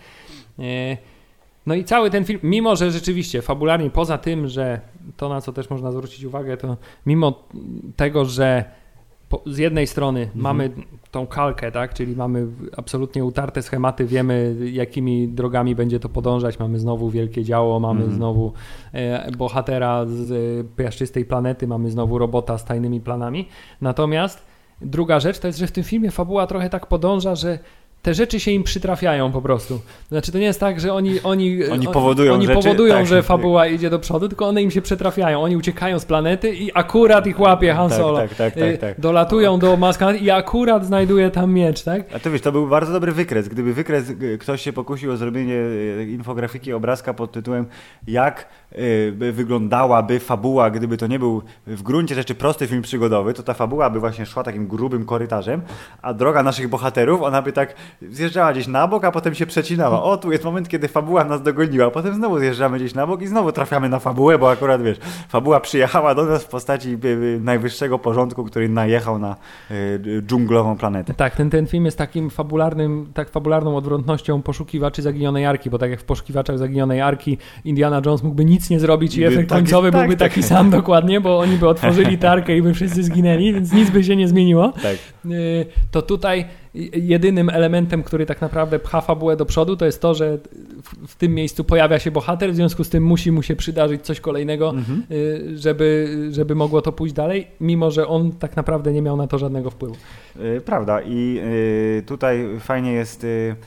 No i cały ten film, mimo że rzeczywiście fabularnie, poza tym, że to, na co też można zwrócić uwagę, to mimo tego, że z jednej strony mamy tą kalkę, tak, czyli mamy absolutnie utarte schematy, wiemy, jakimi drogami będzie to podążać, mamy znowu wielkie działo, mamy znowu bohatera z piaszczystej planety, mamy znowu robota z tajnymi planami. Natomiast druga rzecz to jest, że w tym filmie fabuła trochę tak podąża, że te rzeczy się im przytrafiają po prostu. Znaczy to nie jest tak, że oni powodują, że fabuła idzie do przodu, tylko one im się przytrafiają. Oni uciekają z planety i akurat ich łapie Han Solo. Tak. Dolatują do Maskana i akurat znajduje tam miecz, tak? A to wiesz, to był bardzo dobry wykres. Gdyby ktoś się pokusił o zrobienie infografiki, obrazka pod tytułem jak wyglądałaby fabuła, gdyby to nie był w gruncie rzeczy prosty film przygodowy, to ta fabuła by właśnie szła takim grubym korytarzem, a droga naszych bohaterów, ona by tak zjeżdżała gdzieś na bok, a potem się przecinała. O, tu jest moment, kiedy fabuła nas dogoniła, a potem znowu zjeżdżamy gdzieś na bok i znowu trafiamy na fabułę, bo akurat wiesz, fabuła przyjechała do nas w postaci najwyższego porządku, który najechał na dżunglową planetę. Tak, ten film jest takim fabularną odwrotnością Poszukiwaczy Zaginionej Arki, bo tak jak w Poszukiwaczach Zaginionej Arki Indiana Jones mógłby nic nie zrobić i efekt końcowy byłby taki sam dokładnie, bo oni by otworzyli tę arkę i by wszyscy zginęli, więc nic by się nie zmieniło. Tak. To tutaj jedynym elementem, który tak naprawdę pcha fabułę do przodu, to jest to, że w tym miejscu pojawia się bohater, w związku z tym musi mu się przydarzyć coś kolejnego, żeby mogło to pójść dalej, mimo że on tak naprawdę nie miał na to żadnego wpływu. Prawda i tutaj fajnie jest...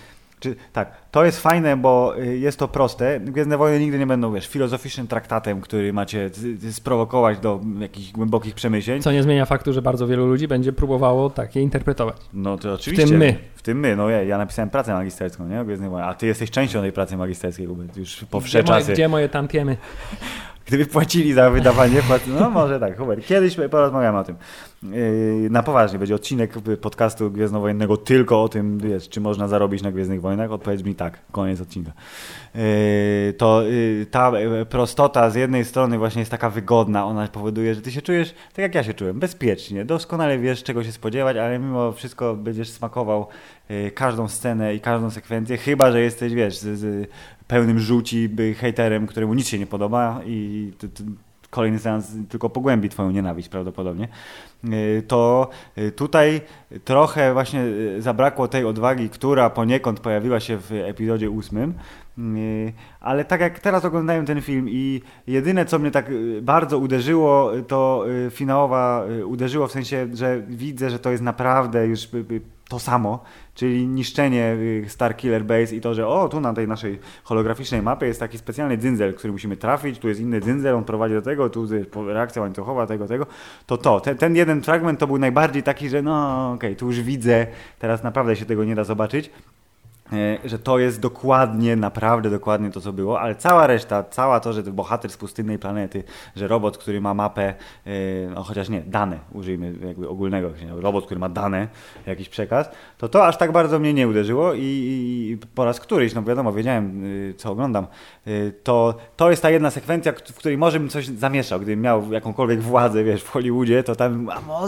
to jest fajne, bo jest to proste. Gwiezdne Wojny nigdy nie będą, filozoficznym traktatem, który macie sprowokować do jakichś głębokich przemyśleń. Co nie zmienia faktu, że bardzo wielu ludzi będzie próbowało takie interpretować. No to oczywiście. W tym my. No ja napisałem pracę magisterską, nie? Gwiezdne Wojny, a ty jesteś częścią tej pracy magisterskiej, już po wsze czasy. Gdzie moje tantiemy? Gdyby płacili za wydawanie, no może tak, Hubert, kiedyś porozmawiamy o tym. Na poważnie, będzie odcinek podcastu Gwiezdnowojennego tylko o tym, czy można zarobić na Gwiezdnych Wojnach. Odpowiedz mi tak, koniec odcinka. Ta prostota z jednej strony właśnie jest taka wygodna, ona powoduje, że ty się czujesz, tak jak ja się czułem, bezpiecznie, doskonale wiesz, czego się spodziewać, ale mimo wszystko będziesz smakował każdą scenę i każdą sekwencję, chyba że jesteś, z pełnym żółci hejterem, któremu nic się nie podoba i kolejny seans tylko pogłębi twoją nienawiść prawdopodobnie, to tutaj trochę właśnie zabrakło tej odwagi, która poniekąd pojawiła się w epizodzie 8, ale tak jak teraz oglądałem ten film i jedyne, co mnie tak bardzo uderzyło, to finałowa uderzyło w sensie, że widzę, że to jest naprawdę już to samo, czyli niszczenie Starkiller Base i to, że tu na tej naszej holograficznej mapie jest taki specjalny dzyndzel, który musimy trafić, tu jest inny dzyndzel, on prowadzi do tego, tu jest reakcja łańcuchowa tego, ten jeden fragment to był najbardziej taki, że tu już widzę, teraz naprawdę się tego nie da zobaczyć, że to jest naprawdę dokładnie to, co było, ale cała reszta, to, że bohater z pustynnej planety, że robot, który ma mapę, chociaż nie, dane, użyjmy jakby ogólnego, robot, który ma dane, jakiś przekaz, to aż tak bardzo mnie nie uderzyło i po raz któryś, wiadomo, wiedziałem, co oglądam, to jest ta jedna sekwencja, w której może bym coś zamieszał, gdybym miał jakąkolwiek władzę, w Hollywoodzie, to tam,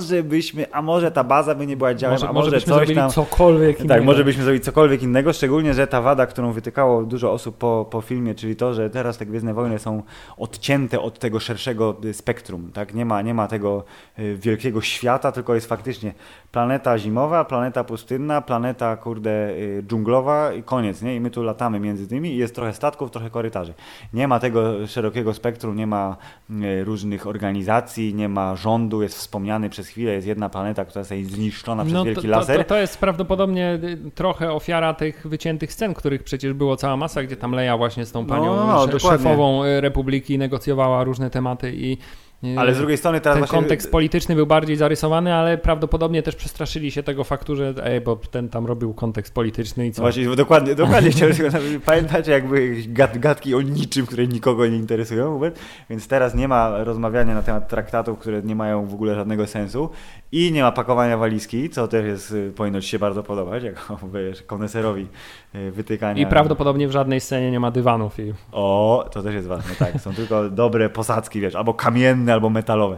a może ta baza by nie była działem, może coś tam. Cokolwiek innego. Tak, może byśmy zrobili cokolwiek innego, szczególnie, że ta wada, którą wytykało dużo osób po filmie, czyli to, że teraz te Gwiezdne Wojny są odcięte od tego szerszego spektrum, tak? Nie ma tego wielkiego świata, tylko jest faktycznie planeta zimowa, planeta pustynna, planeta dżunglowa i koniec, nie? I my tu latamy między tymi i jest trochę statków, trochę korytarzy. Nie ma tego szerokiego spektrum, nie ma różnych organizacji, nie ma rządu, jest wspomniany przez chwilę, jest jedna planeta, która jest zniszczona przez wielki laser. To jest prawdopodobnie trochę ofiara tych wyciętych scen, których przecież było cała masa, gdzie tam Leia właśnie z tą panią szefową Republiki negocjowała różne tematy Ale z drugiej strony teraz ten właśnie... kontekst polityczny był bardziej zarysowany, ale prawdopodobnie też przestraszyli się tego faktu, że bo ten tam robił kontekst polityczny i co? Właśnie, dokładnie chciałem tylko pamiętacie jakby gadki o niczym, które nikogo nie interesują, więc teraz nie ma rozmawiania na temat traktatów, które nie mają w ogóle żadnego sensu i nie ma pakowania walizki, co też powinno ci się bardzo podobać, jako koneserowi wytykania. I prawdopodobnie w żadnej scenie nie ma dywanów. O, to też jest ważne, tak. Są tylko dobre posadzki, albo kamienne, albo metalowe.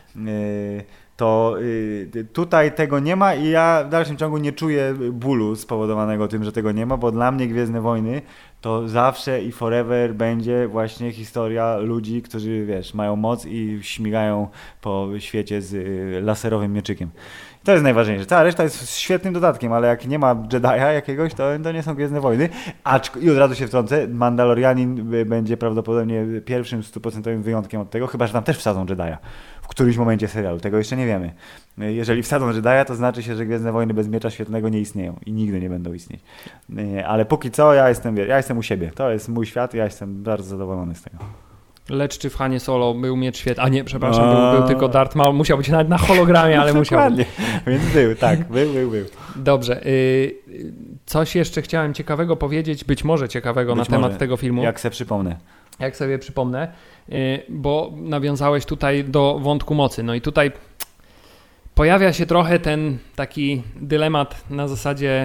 To tutaj tego nie ma i ja w dalszym ciągu nie czuję bólu spowodowanego tym, że tego nie ma, bo dla mnie Gwiezdne Wojny to zawsze i forever będzie właśnie historia ludzi, którzy mają moc i śmigają po świecie z laserowym mieczykiem. To jest najważniejsze. Cała reszta jest świetnym dodatkiem, ale jak nie ma Jedi'a jakiegoś, to nie są Gwiezdne Wojny. I od razu się wtrącę, Mandalorianin będzie prawdopodobnie pierwszym 100% wyjątkiem od tego, chyba że tam też wsadzą Jedi'a w którymś momencie serialu. Tego jeszcze nie wiemy. Jeżeli wsadzą Jedi'a, to znaczy się, że Gwiezdne Wojny bez Miecza Świetlnego nie istnieją i nigdy nie będą istnieć. Ale póki co ja jestem u siebie. To jest mój świat i ja jestem bardzo zadowolony z tego. Lecz czy w Hanie Solo był miecz świetny? A nie, przepraszam, był tylko Darth Maul. Musiał być nawet na hologramie, ale musiał. Dokładnie, więc był. Dobrze. Coś jeszcze chciałem ciekawego powiedzieć, być może ciekawego na temat tego filmu. Jak sobie przypomnę, bo nawiązałeś tutaj do wątku mocy. No i tutaj pojawia się trochę ten taki dylemat na zasadzie...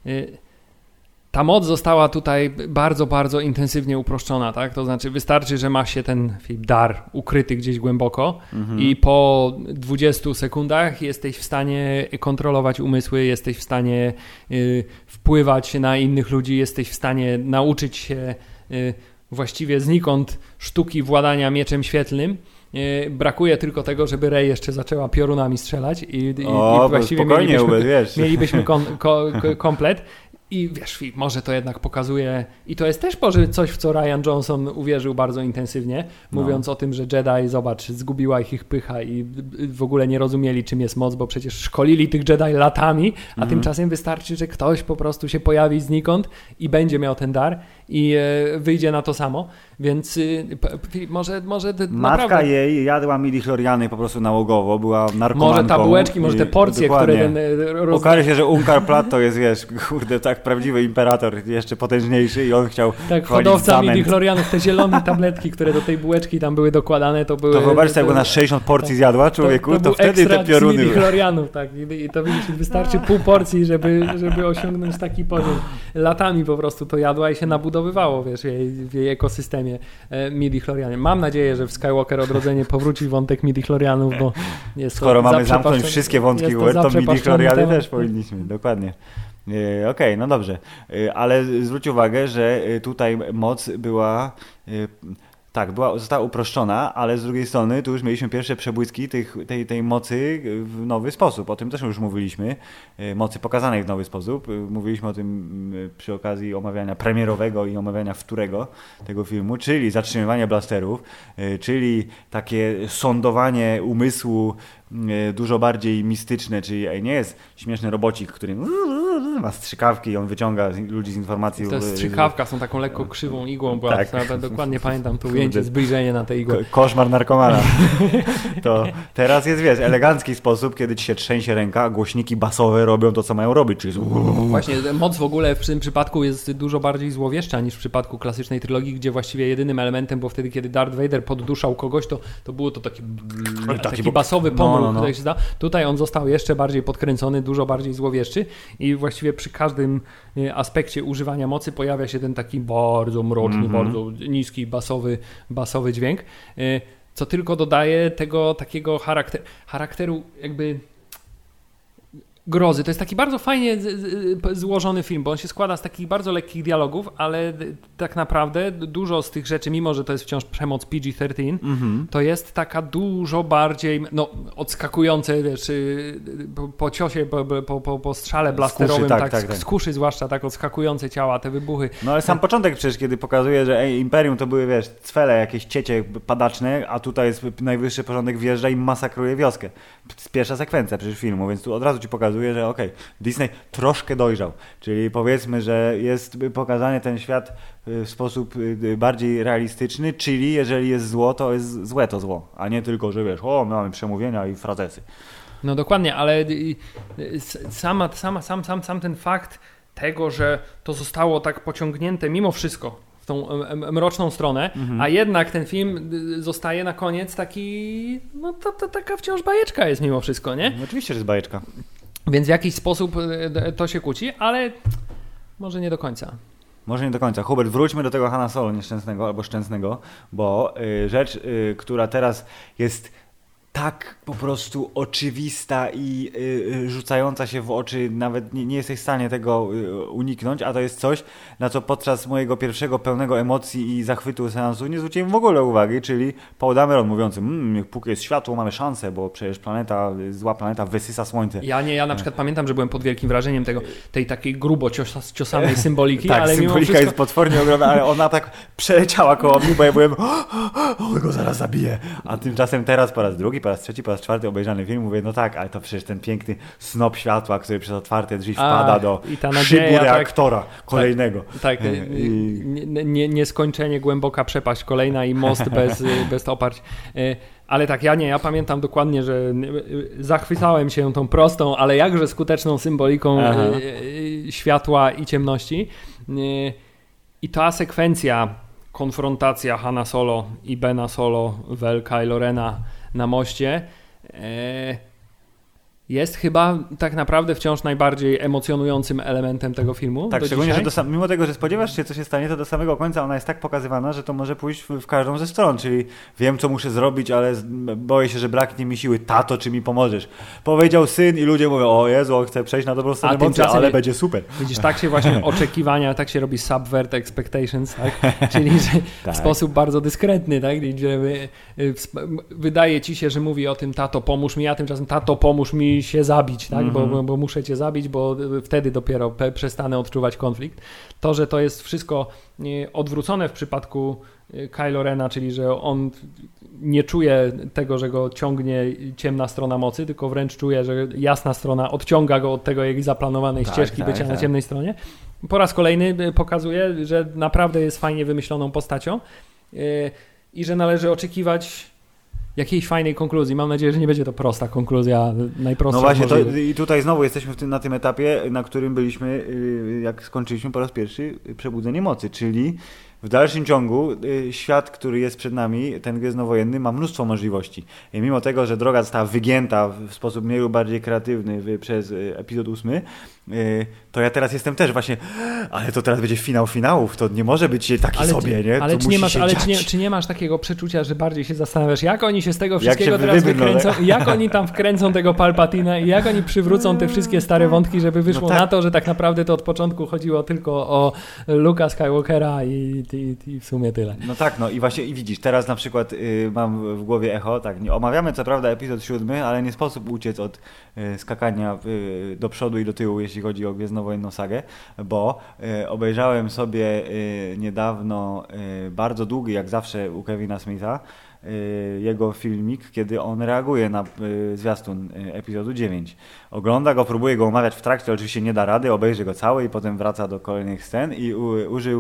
Ta moc została tutaj bardzo, bardzo intensywnie uproszczona, tak? To znaczy wystarczy, że ma się ten dar ukryty gdzieś głęboko i po 20 sekundach jesteś w stanie kontrolować umysły, jesteś w stanie wpływać na innych ludzi, jesteś w stanie nauczyć się właściwie znikąd sztuki władania mieczem świetlnym. Brakuje tylko tego, żeby Rey jeszcze zaczęła piorunami strzelać i właściwie mielibyśmy komplet. I może to jednak pokazuje, i to jest też może coś, w co Rian Johnson uwierzył bardzo intensywnie, mówiąc o tym, że Jedi, zobacz, zgubiła ich pycha i w ogóle nie rozumieli, czym jest moc, bo przecież szkolili tych Jedi latami, a tymczasem wystarczy, że ktoś po prostu się pojawi znikąd i będzie miał ten dar i wyjdzie na to samo, więc może matka naprawdę... jej jadła midichloriany po prostu nałogowo, była narkomanką. Może tabułeczki, może te porcje, które ten... Okaże się, że Unkar Platt to jest, tak prawdziwy imperator, jeszcze potężniejszy i on chciał hodowca midichlorianów, te zielone tabletki, które do tej bułeczki tam były dokładane, to były... To wyobraź sobie, jak na 60 porcji zjadła człowieku, to wtedy te pioruny... midichlorianów, tak. I to widzisz, wystarczy pół porcji, żeby osiągnąć taki poziom. Latami po prostu to jadła i się nabudowywało, w jej ekosystemie midichlorianie. Mam nadzieję, że w Skywalker Odrodzenie powróci wątek midichlorianów, bo jest skoro mamy zamknąć wszystkie wątki, to midichloriany też powinniśmy, dokładnie. Okej, no dobrze, ale zwróć uwagę, że tutaj moc była, została uproszczona, ale z drugiej strony tu już mieliśmy pierwsze przebłyski tej mocy w nowy sposób. O tym też już mówiliśmy, mocy pokazanej w nowy sposób. Mówiliśmy o tym przy okazji omawiania premierowego i omawiania wtórego tego filmu, czyli zatrzymywanie blasterów, czyli takie sądowanie umysłu dużo bardziej mistyczne, czyli nie jest śmieszny robocik, który ma strzykawki i on wyciąga ludzi z informacji. To jest strzykawka, są taką lekko krzywą igłą, bo dokładnie pamiętam to ujęcie, zbliżenie na tej igłę. Koszmar narkomana. To teraz jest, elegancki sposób, kiedy ci się trzęsie ręka, a głośniki basowe robią to, co mają robić, czyli Właśnie, moc w ogóle w tym przypadku jest dużo bardziej złowieszcza niż w przypadku klasycznej trylogii, gdzie właściwie jedynym elementem, bo wtedy, kiedy Darth Vader podduszał kogoś, to było to taki basowy pomysł. Tutaj on został jeszcze bardziej podkręcony, dużo bardziej złowieszczy i właściwie przy każdym aspekcie używania mocy pojawia się ten taki bardzo mroczny, bardzo niski, basowy dźwięk, co tylko dodaje tego takiego charakteru jakby grozy. To jest taki bardzo fajnie złożony film, bo on się składa z takich bardzo lekkich dialogów, ale tak naprawdę dużo z tych rzeczy, mimo że to jest wciąż przemoc PG-13, to jest taka dużo bardziej odskakujące, po ciosie, po strzale blasterowym, z kuszy zwłaszcza, odskakujące ciała, te wybuchy. No ale sam początek przecież, kiedy pokazuje, że Imperium to były, cwele, jakieś ciecie padaczne, a tutaj jest najwyższy porządek, wjeżdża i masakruje wioskę. Pierwsza sekwencja przecież filmu, więc tu od razu ci pokazuje, pokazuje, że Disney troszkę dojrzał, czyli powiedzmy, że jest pokazany ten świat w sposób bardziej realistyczny, czyli jeżeli jest zło, to jest złe to zło, a nie tylko, że wiesz, mamy przemówienia i frazesy. No dokładnie, ale sam ten fakt tego, że to zostało tak pociągnięte mimo wszystko w tą mroczną stronę, a jednak ten film zostaje na koniec taki, no to taka wciąż bajeczka jest mimo wszystko, nie? No, oczywiście, że jest bajeczka. Więc w jakiś sposób to się kłóci, ale może nie do końca. Może nie do końca. Hubert, wróćmy do tego Hanna Solo nieszczęsnego albo szczęsnego, bo rzecz, która teraz jest tak po prostu oczywista i rzucająca się w oczy, nawet nie jesteś w stanie tego uniknąć, a to jest coś, na co podczas mojego pierwszego pełnego emocji i zachwytu seansu nie zwróciłem w ogóle uwagi, czyli Paul Dameron mówiący, póki jest światło, mamy szansę, bo przecież zła planeta wysysa słońce. Ja na przykład pamiętam, że byłem pod wielkim wrażeniem tej takiej grubo ciosanej symboliki, tak, ale symbolika mimo wszystko... jest potwornie ogromna, ale ona tak przeleciała koło mnie, bo ja byłem on go zaraz zabije, a tymczasem teraz po raz drugi, po raz trzeci, po raz czwarty obejrzany film, mówię, no tak, ale to przecież ten piękny snop światła, który przez otwarte drzwi wpada do szybu reaktora kolejnego. Tak, nieskończenie głęboka przepaść kolejna i most bez oparć. Ale tak, ja pamiętam dokładnie, że zachwycałem się tą prostą, ale jakże skuteczną symboliką światła i ciemności. I ta sekwencja, konfrontacja Hanna Solo i Bena Solo, Kylo Rena na moście, jest chyba tak naprawdę wciąż najbardziej emocjonującym elementem tego filmu. Tak, szczególnie, że mimo tego, że spodziewasz się, co się stanie, to do samego końca ona jest tak pokazywana, że to może pójść w każdą ze stron, czyli wiem, co muszę zrobić, ale boję się, że braknie mi siły. Tato, czy mi pomożesz? Powiedział syn i ludzie mówią, o Jezu, chcę przejść na dobrą stronę mocy, ale będzie super. Widzisz, tak się właśnie oczekiwania, tak się robi subvert expectations, tak? Czyli że tak. W sposób bardzo dyskretny, tak? Że wydaje ci się, że mówi o tym, tato, pomóż mi, a tymczasem tato, pomóż mi się zabić, tak? Bo muszę cię zabić, bo wtedy dopiero przestanę odczuwać konflikt. To, że to jest wszystko odwrócone w przypadku Kylo Rena, czyli że on nie czuje tego, że go ciągnie ciemna strona mocy, tylko wręcz czuje, że jasna strona odciąga go od tego jej zaplanowanej ścieżki bycia na ciemnej stronie. Po raz kolejny pokazuje, że naprawdę jest fajnie wymyśloną postacią i że należy oczekiwać jakiejś fajnej konkluzji. Mam nadzieję, że nie będzie to prosta konkluzja, najprostsza. No właśnie, i tutaj znowu jesteśmy na tym etapie, na którym byliśmy, jak skończyliśmy po raz pierwszy Przebudzenie Mocy, czyli w dalszym ciągu świat, który jest przed nami, ten gwiezdnowojenny, ma mnóstwo możliwości. I mimo tego, że droga została wygięta w sposób mniej lub bardziej kreatywny przez epizod 8, to ja teraz jestem też właśnie, ale to teraz będzie finał finałów, to nie może być taki sobie, nie? Ale, czy nie masz takiego przeczucia, że bardziej się zastanawiasz, jak oni się z tego wszystkiego teraz wykręcą, jak oni tam wkręcą tego Palpatina i jak oni przywrócą te wszystkie stare wątki, żeby wyszło na to, że tak naprawdę to od początku chodziło tylko o Luke'a Skywalkera i w sumie tyle. No tak, no i właśnie i widzisz, teraz na przykład mam w głowie echo, tak, nie omawiamy co prawda epizod 7, ale nie sposób uciec od skakania do przodu i do tyłu, jeśli chodzi o gwiezdnowojenną sagę, bo obejrzałem sobie niedawno bardzo długi, jak zawsze u Kevina Smitha, jego filmik, kiedy on reaguje na zwiastun epizodu 9. Ogląda go, próbuje go omawiać w trakcie, oczywiście nie da rady, obejrzy go cały i potem wraca do kolejnych scen i użył,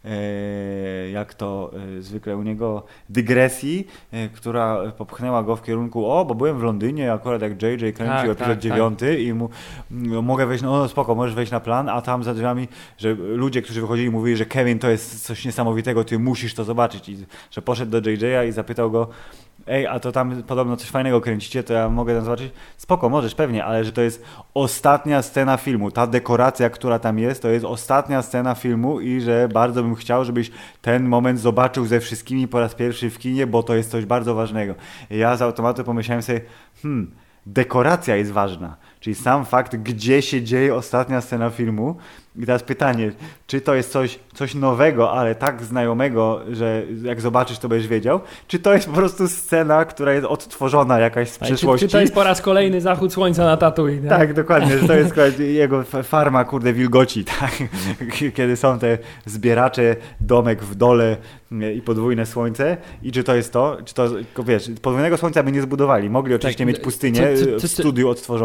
jak to zwykle u niego, dygresji, która popchnęła go w kierunku, bo byłem w Londynie, akurat jak JJ kręcił epizod 9 i mu mogę wejść, no spoko, możesz wejść na plan, a tam za drzwiami, że ludzie, którzy wychodzili, mówili, że Kevin, to jest coś niesamowitego, ty musisz to zobaczyć. I że poszedł do JJ'a i zapytał go, a to tam podobno coś fajnego kręcicie, to ja mogę tam zobaczyć? Spoko, możesz, pewnie, ale że to jest ostatnia scena filmu. Ta dekoracja, która tam jest, to jest ostatnia scena filmu i że bardzo bym chciał, żebyś ten moment zobaczył ze wszystkimi po raz pierwszy w kinie, bo to jest coś bardzo ważnego. I ja z automatu pomyślałem sobie, dekoracja jest ważna, czyli sam fakt, gdzie się dzieje ostatnia scena filmu. I teraz pytanie, czy to jest coś nowego, ale tak znajomego, że jak zobaczysz, to będziesz wiedział, czy to jest po prostu scena, która jest odtworzona jakaś z przeszłości. Czy to jest po raz kolejny zachód słońca na Tatooine? Tak, dokładnie, że to jest jego farma, wilgoci, tak? Kiedy są te zbieracze, domek w dole i podwójne słońce. I czy to jest to, wiesz, podwójnego słońca by nie zbudowali. Mogli oczywiście mieć pustynię w studiu odtworzoną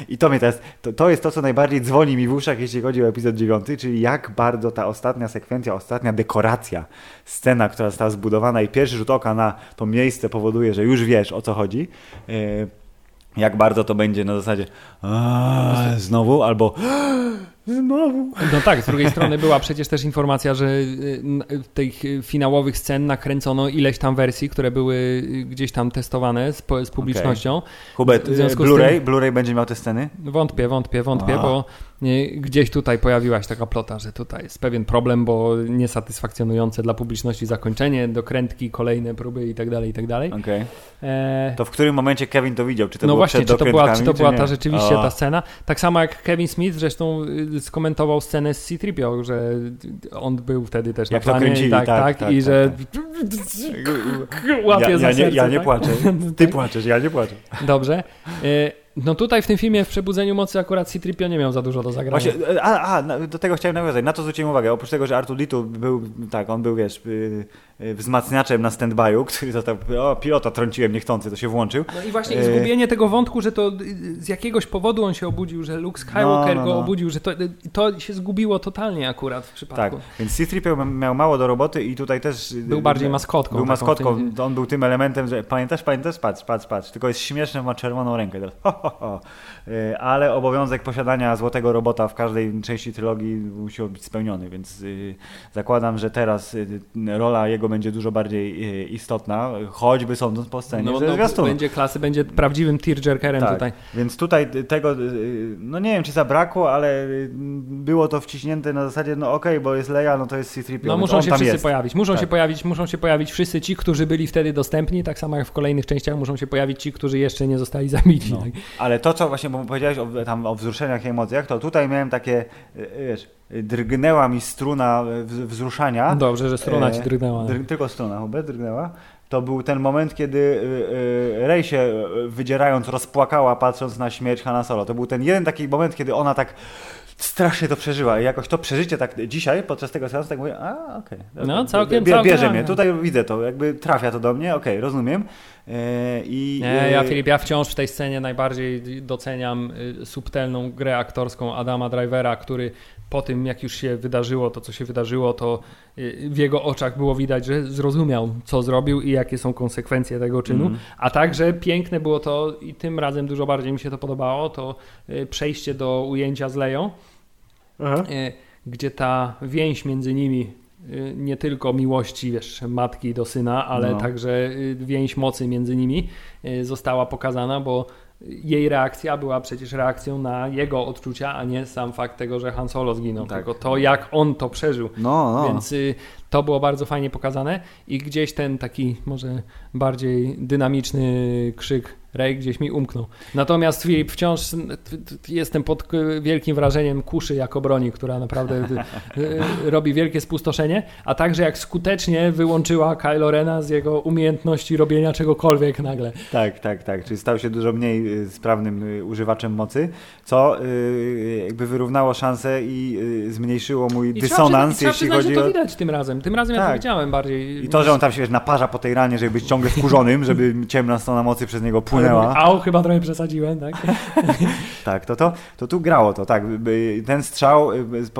I to jest to, co najbardziej dzwoni mi w uszach, jeśli chodzi o epizod 9, czyli jak bardzo ta ostatnia sekwencja, ostatnia dekoracja, scena, która została zbudowana i pierwszy rzut oka na to miejsce powoduje, że już wiesz, o co chodzi. Jak bardzo to będzie na zasadzie znowu, albo znowu. No tak, z drugiej strony była przecież też informacja, że tych finałowych scen nakręcono ileś tam wersji, które były gdzieś tam testowane z publicznością. Okay. Hubert, Blu-ray będzie miał te sceny? Wątpię, bo gdzieś tutaj pojawiła się taka plota, że tutaj jest pewien problem, bo niesatysfakcjonujące dla publiczności zakończenie, dokrętki, kolejne próby i tak dalej. Okay. To w którym momencie Kevin to widział? Czy to no było właśnie, przed dokrętkami, czy to była ta rzeczywiście ta scena? Tak samo jak Kevin Smith zresztą skomentował scenę z C-3PO, że on był wtedy też jak na planie. To kręcili, tak, i że łapie za serce. Ja nie płaczę. Ty płaczesz, ja nie płaczę. Dobrze. No tutaj w tym filmie w Przebudzeniu Mocy akurat C-3PO nie miał za dużo do zagrania. Właśnie, do tego chciałem nawiązać. Na to zwróciłem uwagę. Oprócz tego, że R2-D2 był, on był, wiesz, wzmacniaczem na stand-by'u, który został, pilota trąciłem niechcący, to się włączył. No i właśnie zgubienie tego wątku, że to z jakiegoś powodu on się obudził, że Luke Skywalker go obudził, że to się zgubiło totalnie akurat w przypadku. Tak, więc C-3PO miał mało do roboty i tutaj też... Był bardziej maskotką. Był maskotką, on był tym elementem, że pamiętasz, patrz, tylko jest śmieszny, ma czerwoną rękę teraz. Ale obowiązek posiadania złotego robota w każdej części trylogii musiał być spełniony, więc zakładam, że teraz rola jego będzie dużo bardziej istotna, choćby sądząc po scenie ze zwiastunu. Będzie klasy, będzie prawdziwym tearjerkerem tutaj. Więc tutaj tego, no nie wiem czy zabrakło, ale było to wciśnięte na zasadzie, bo jest Leia, to jest C-3PO. No muszą się wszyscy pojawić. Muszą się pojawić wszyscy ci, którzy byli wtedy dostępni, tak samo jak w kolejnych częściach muszą się pojawić ci, którzy jeszcze nie zostali zabici. No. Tak? Ale to, co właśnie powiedziałeś o wzruszeniach i emocjach, to tutaj miałem takie, wiesz, drgnęła mi struna wzruszania. Dobrze, że struna ci drgnęła. Tylko struna, Hubert, drgnęła. To był ten moment, kiedy Rey się wydzierając rozpłakała, patrząc na śmierć Hanna Solo. To był ten jeden taki moment, kiedy ona tak strasznie to przeżyła i jakoś to przeżycie tak dzisiaj, podczas tego seansu, tak mówię, okej. No całkiem. Bierze mnie, tutaj widzę to, jakby trafia to do mnie, rozumiem. Ja wciąż w tej scenie najbardziej doceniam subtelną grę aktorską Adama Drivera, który po tym, jak już się wydarzyło to, co się wydarzyło, to w jego oczach było widać, że zrozumiał, co zrobił i jakie są konsekwencje tego czynu. A także piękne było to i tym razem dużo bardziej mi się to podobało, to przejście do ujęcia z Leją, gdzie ta więź między nimi, nie tylko miłości, wiesz, matki do syna, ale także więź mocy między nimi została pokazana, bo jej reakcja była przecież reakcją na jego odczucia, a nie sam fakt tego, że Han Solo zginął, tylko to, jak on to przeżył. Więc to było bardzo fajnie pokazane i gdzieś ten taki może bardziej dynamiczny krzyk Rey gdzieś mi umknął. Natomiast Filip, wciąż jestem pod wielkim wrażeniem kuszy jako broni, która naprawdę robi wielkie spustoszenie, a także jak skutecznie wyłączyła Kylo Rena z jego umiejętności robienia czegokolwiek nagle. Tak. Czyli stał się dużo mniej sprawnym używaczem mocy, co jakby wyrównało szanse i zmniejszyło mój dysonans, jeśli chodzi że to widać tym razem. Tym razem ja to widziałem bardziej. I to, że on tam się naparza po tej ranie, żeby być ciągle wkurzonym, żeby ciemna strona mocy przez niego płynęła. Chyba trochę przesadziłem, tak? Tak, to tu grało to, tak. Ten strzał,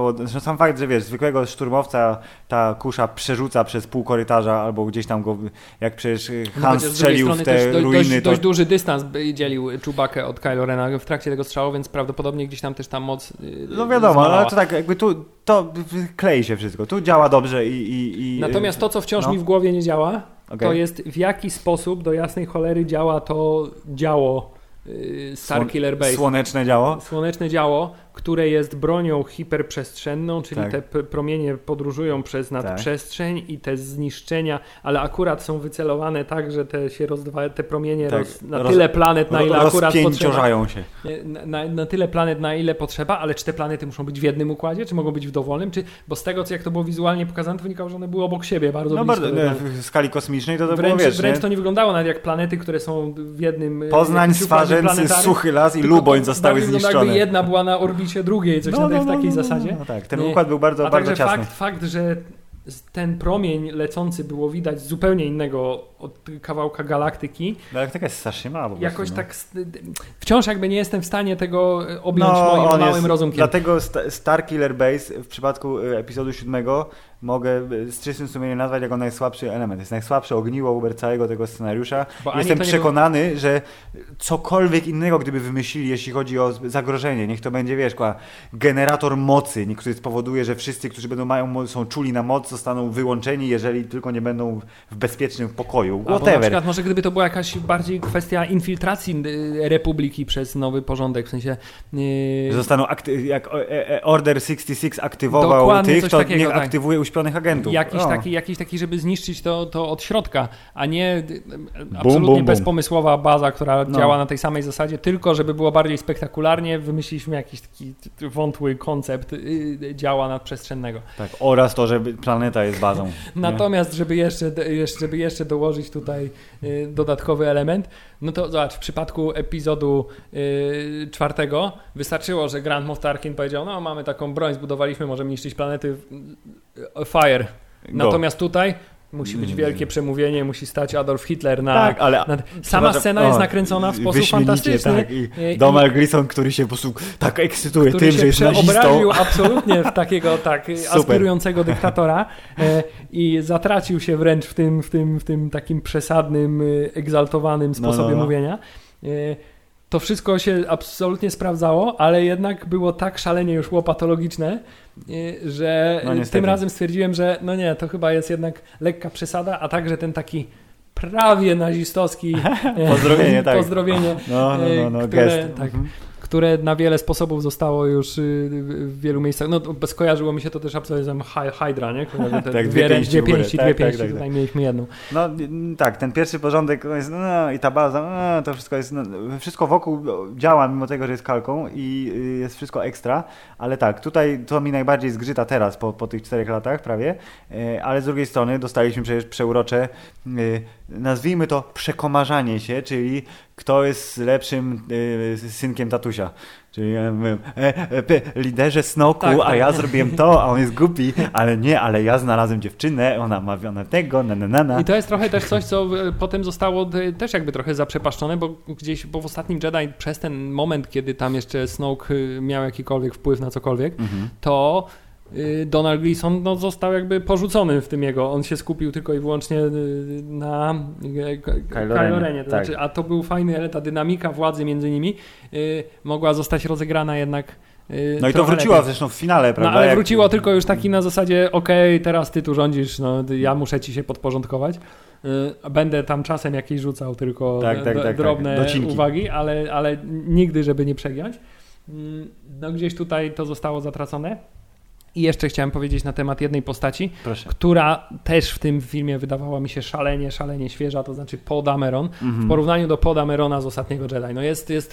sam fakt, że wiesz, zwykłego szturmowca ta kusza przerzuca przez pół korytarza albo gdzieś tam go, jak przecież Han strzelił w te ruiny. Dość duży dystans dzielił Chewbackę od Kylo Rena w trakcie tego strzału, więc prawdopodobnie gdzieś tam też ta moc no wiadomo, ale to tak jakby tu to klei się wszystko, tu działa dobrze i natomiast to, co wciąż mi w głowie nie działa, to jest w jaki sposób do jasnej cholery działa to działo Starkiller Base. Słoneczne działo, które jest bronią hiperprzestrzenną, czyli te promienie podróżują przez nadprzestrzeń i te zniszczenia, ale akurat są wycelowane tak, że te promienie na tyle planet, na ile akurat potrzeba. się. Na tyle planet, na ile potrzeba, ale czy te planety muszą być w jednym układzie, czy mogą być w dowolnym? Bo z tego, jak to było wizualnie pokazane, to wynikało, że one były obok siebie, bardzo blisko. W skali kosmicznej to wręcz, było, wiesz, wręcz to nie wyglądało nawet jak planety, które są w jednym... Poznań, Swarzędzy, Suchy Las i Luboń zostały zniszczone. Jakby jedna była na orbicie drugiej, coś w takiej zasadzie. Ten układ był bardzo ciasny. Fakt, że ten promień lecący było widać z zupełnie innego od kawałka galaktyki. Galaktyka jest strasznie mała po prostu. Jakoś tak wciąż jakby nie jestem w stanie tego objąć moim małym rozumkiem. Dlatego Starkiller Base w przypadku epizodu 7 mogę z czystym sumieniem nazwać jako najsłabszy element. Jest najsłabsze ogniwo całego tego scenariusza. Jestem przekonany, że cokolwiek innego gdyby wymyślili, jeśli chodzi o zagrożenie, niech to będzie, wiesz, generator mocy, który spowoduje, że wszyscy, którzy są czuli na moc, zostaną wyłączeni, jeżeli tylko nie będą w bezpiecznym pokoju. Albo na przykład może gdyby to była jakaś bardziej kwestia infiltracji Republiki przez nowy porządek, w sensie... Zostaną jak Order 66 aktywował dokładnie tych, to takiego, niech aktywuje uśpionych agentów. Jakiś taki, żeby zniszczyć to od środka, a nie absolutnie bezpomysłowa baza, która działa na tej samej zasadzie, tylko żeby było bardziej spektakularnie, wymyśliliśmy jakiś taki wątły koncept działa nadprzestrzennego. Tak, oraz to, że planeta jest bazą. Natomiast, żeby jeszcze dołożyć tutaj dodatkowy element, no to zobacz, w przypadku epizodu 4 wystarczyło, że Grand Moff Tarkin powiedział, no mamy taką broń, zbudowaliśmy, możemy niszczyć planety, fire. Natomiast tutaj musi być wielkie przemówienie, musi stać Adolf Hitler sama scena jest nakręcona w sposób fantastyczny. Tak. I Donald Gleeson, który się po prostu tak ekscytuje tym, że jest nazistą. Przeobraził absolutnie w takiego aspirującego dyktatora i zatracił się wręcz w tym takim przesadnym, egzaltowanym sposobie mówienia. To wszystko się absolutnie sprawdzało, ale jednak było tak szalenie już łopatologiczne, że tym razem stwierdziłem, że no nie, to chyba jest jednak lekka przesada, a także ten taki prawie nazistowski pozdrowienie, które na wiele sposobów zostało już w wielu miejscach. No skojarzyło mi się to też absolutnie Hydra, nie? Dwie pięści, tutaj mieliśmy jedną. No tak, ten pierwszy porządek jest, i ta baza, to wszystko jest, wszystko wokół działa, mimo tego, że jest kalką i jest wszystko ekstra, ale tak, tutaj to mi najbardziej zgrzyta teraz, po tych 4 latach prawie, ale z drugiej strony dostaliśmy przecież przeurocze, nazwijmy to przekomarzanie się, czyli kto jest lepszym synkiem tatusia. Czyli ja mówię, liderze Snoke'u, a ja zrobiłem to, a on jest głupi, ale ja znalazłem dziewczynę, ona ma tego, I to jest trochę też coś, co potem zostało też jakby trochę zaprzepaszczone, bo w ostatnim Jedi przez ten moment, kiedy tam jeszcze Snoke miał jakikolwiek wpływ na cokolwiek, to Donald Gleeson został jakby porzucony w tym on się skupił tylko i wyłącznie na Kylo Renie. To znaczy, a to był fajny, ale ta dynamika władzy między nimi mogła zostać rozegrana jednak no i to wróciło zresztą w finale, prawda? No ale wróciło tylko już taki na zasadzie teraz ty tu rządzisz, ja muszę ci się podporządkować. Będę tam czasem jakieś rzucał tylko drobne uwagi, ale nigdy, żeby nie przegiąć. No gdzieś tutaj to zostało zatracone. I jeszcze chciałem powiedzieć na temat jednej postaci, która też w tym filmie wydawała mi się szalenie świeża, to znaczy Poe Dameron. W porównaniu do Poe Damerona z Ostatniego Jedi. No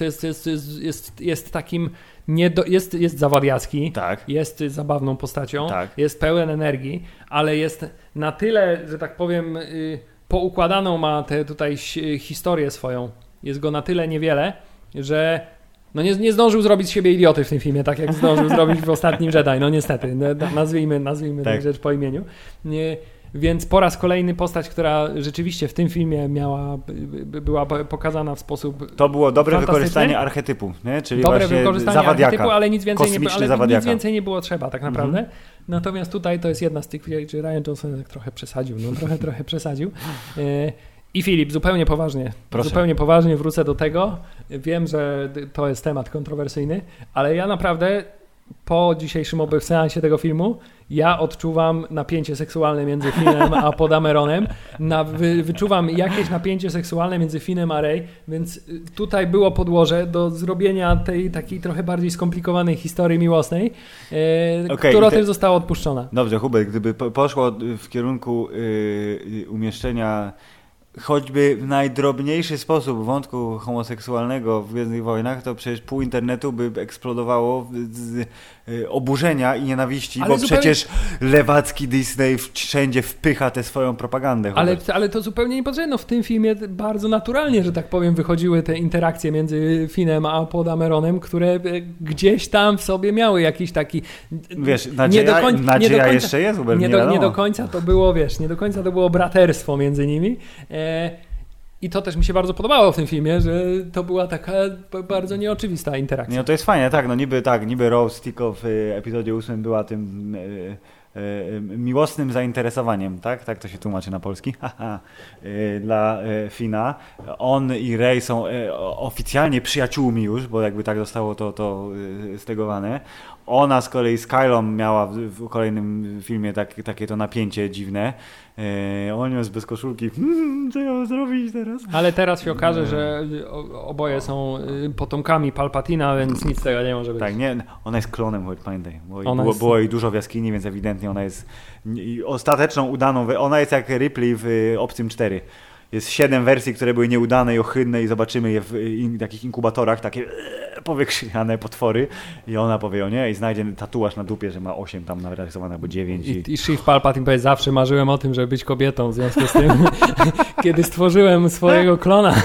jest takim, jest zawadiacki, jest zabawną postacią, jest pełen energii, ale jest na tyle, że tak powiem, poukładaną ma tutaj historię swoją. Jest go na tyle niewiele, że nie zdążył zrobić z siebie idioty w tym filmie, tak jak zdążył zrobić w Ostatnim Jedi. No niestety, nazwijmy tę rzecz po imieniu. Więc po raz kolejny postać, która rzeczywiście w tym filmie była pokazana w sposób to było dobre wykorzystanie archetypu, nie? Czyli dobre wykorzystanie zawadiaka, archetypu, ale nic więcej nie było trzeba tak naprawdę. Natomiast tutaj to jest jedna z tych, gdzie Rian Johnson trochę przesadził. Trochę przesadził. I Filip, zupełnie poważnie wrócę do tego. Wiem, że to jest temat kontrowersyjny, ale ja naprawdę po dzisiejszym seansie tego filmu ja odczuwam napięcie seksualne między Finnem a Poe Dameronem. Wyczuwam jakieś napięcie seksualne między Finnem a Rey, więc tutaj było podłoże do zrobienia tej takiej trochę bardziej skomplikowanej historii miłosnej, która też została odpuszczona. Dobrze, Hubert, gdyby poszło w kierunku umieszczenia choćby w najdrobniejszy sposób wątku homoseksualnego w Gwiezdnych Wojnach, to przecież pół internetu by eksplodowało oburzenia i nienawiści, Ale bo zupełnie... przecież lewacki Disney wszędzie wpycha tę swoją propagandę. Ale to zupełnie niepotrzebne. No w tym filmie bardzo naturalnie, że tak powiem, wychodziły te interakcje między Finnem a Podameronem, które gdzieś tam w sobie miały jakiś taki... Wiesz, nadzieja jeszcze jest, Hubert, nie do końca to było, nie do końca to było braterstwo między nimi. I to też mi się bardzo podobało w tym filmie, że to była taka bardzo nieoczywista interakcja. No to jest fajnie, niby Rose tylko w epizodzie 8 była tym miłosnym zainteresowaniem, tak? Tak to się tłumaczy na polski. Dla Fina. On i Rey są oficjalnie przyjaciółmi już, bo jakby tak zostało to stegowane. Ona z kolei z Kylą miała w kolejnym filmie takie to napięcie dziwne. On jest bez koszulki. Co ja mam zrobić teraz? Ale teraz się okaże, że oboje są potomkami Palpatina, więc nic z tego nie może być. Tak, nie, ona jest klonem, pamiętaj. Było jej dużo w jaskini, więc ewidentnie ona jest ostateczną udaną. Ona jest jak Ripley w Obcym 4. Jest 7 wersji, które były nieudane i ohydne i zobaczymy je w takich inkubatorach, takie powykrzywiane potwory i ona powie o nie i znajdzie tatuaż na dupie, że ma 8 tam narysowane albo 9. I Sheev Palpatine powie, zawsze marzyłem o tym, żeby być kobietą, w związku z tym kiedy stworzyłem swojego klona.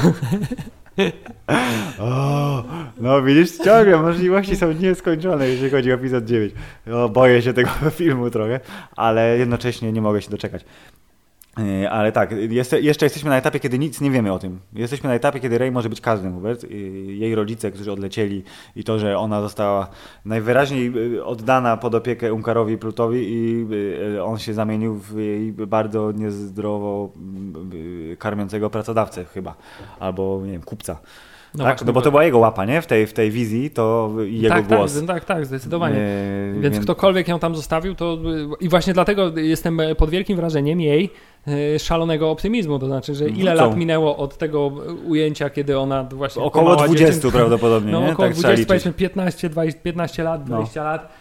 No widzisz, ciągle możliwości są nieskończone, jeżeli chodzi o epizod 9. Boję się tego filmu trochę, ale jednocześnie nie mogę się doczekać. Ale tak, jeszcze jesteśmy na etapie, kiedy nic nie wiemy o tym. Jesteśmy na etapie, kiedy Rey może być każdym, Hubert. Jej rodzice, którzy odlecieli i to, że ona została najwyraźniej oddana pod opiekę Unkarowi i Plutowi i on się zamienił w jej bardzo niezdrowo karmiącego pracodawcę chyba. Albo, nie wiem, kupca. No tak, no bo to była jego łapa, nie? W tej wizji to jego głos. Tak, zdecydowanie. Więc ktokolwiek ją tam zostawił, to i właśnie dlatego jestem pod wielkim wrażeniem jej szalonego optymizmu, to znaczy, że ile lat minęło od tego ujęcia, kiedy ona właśnie... Około 20 prawdopodobnie, no, nie? Około tak 20, powiedzmy 15 lat, 20 lat.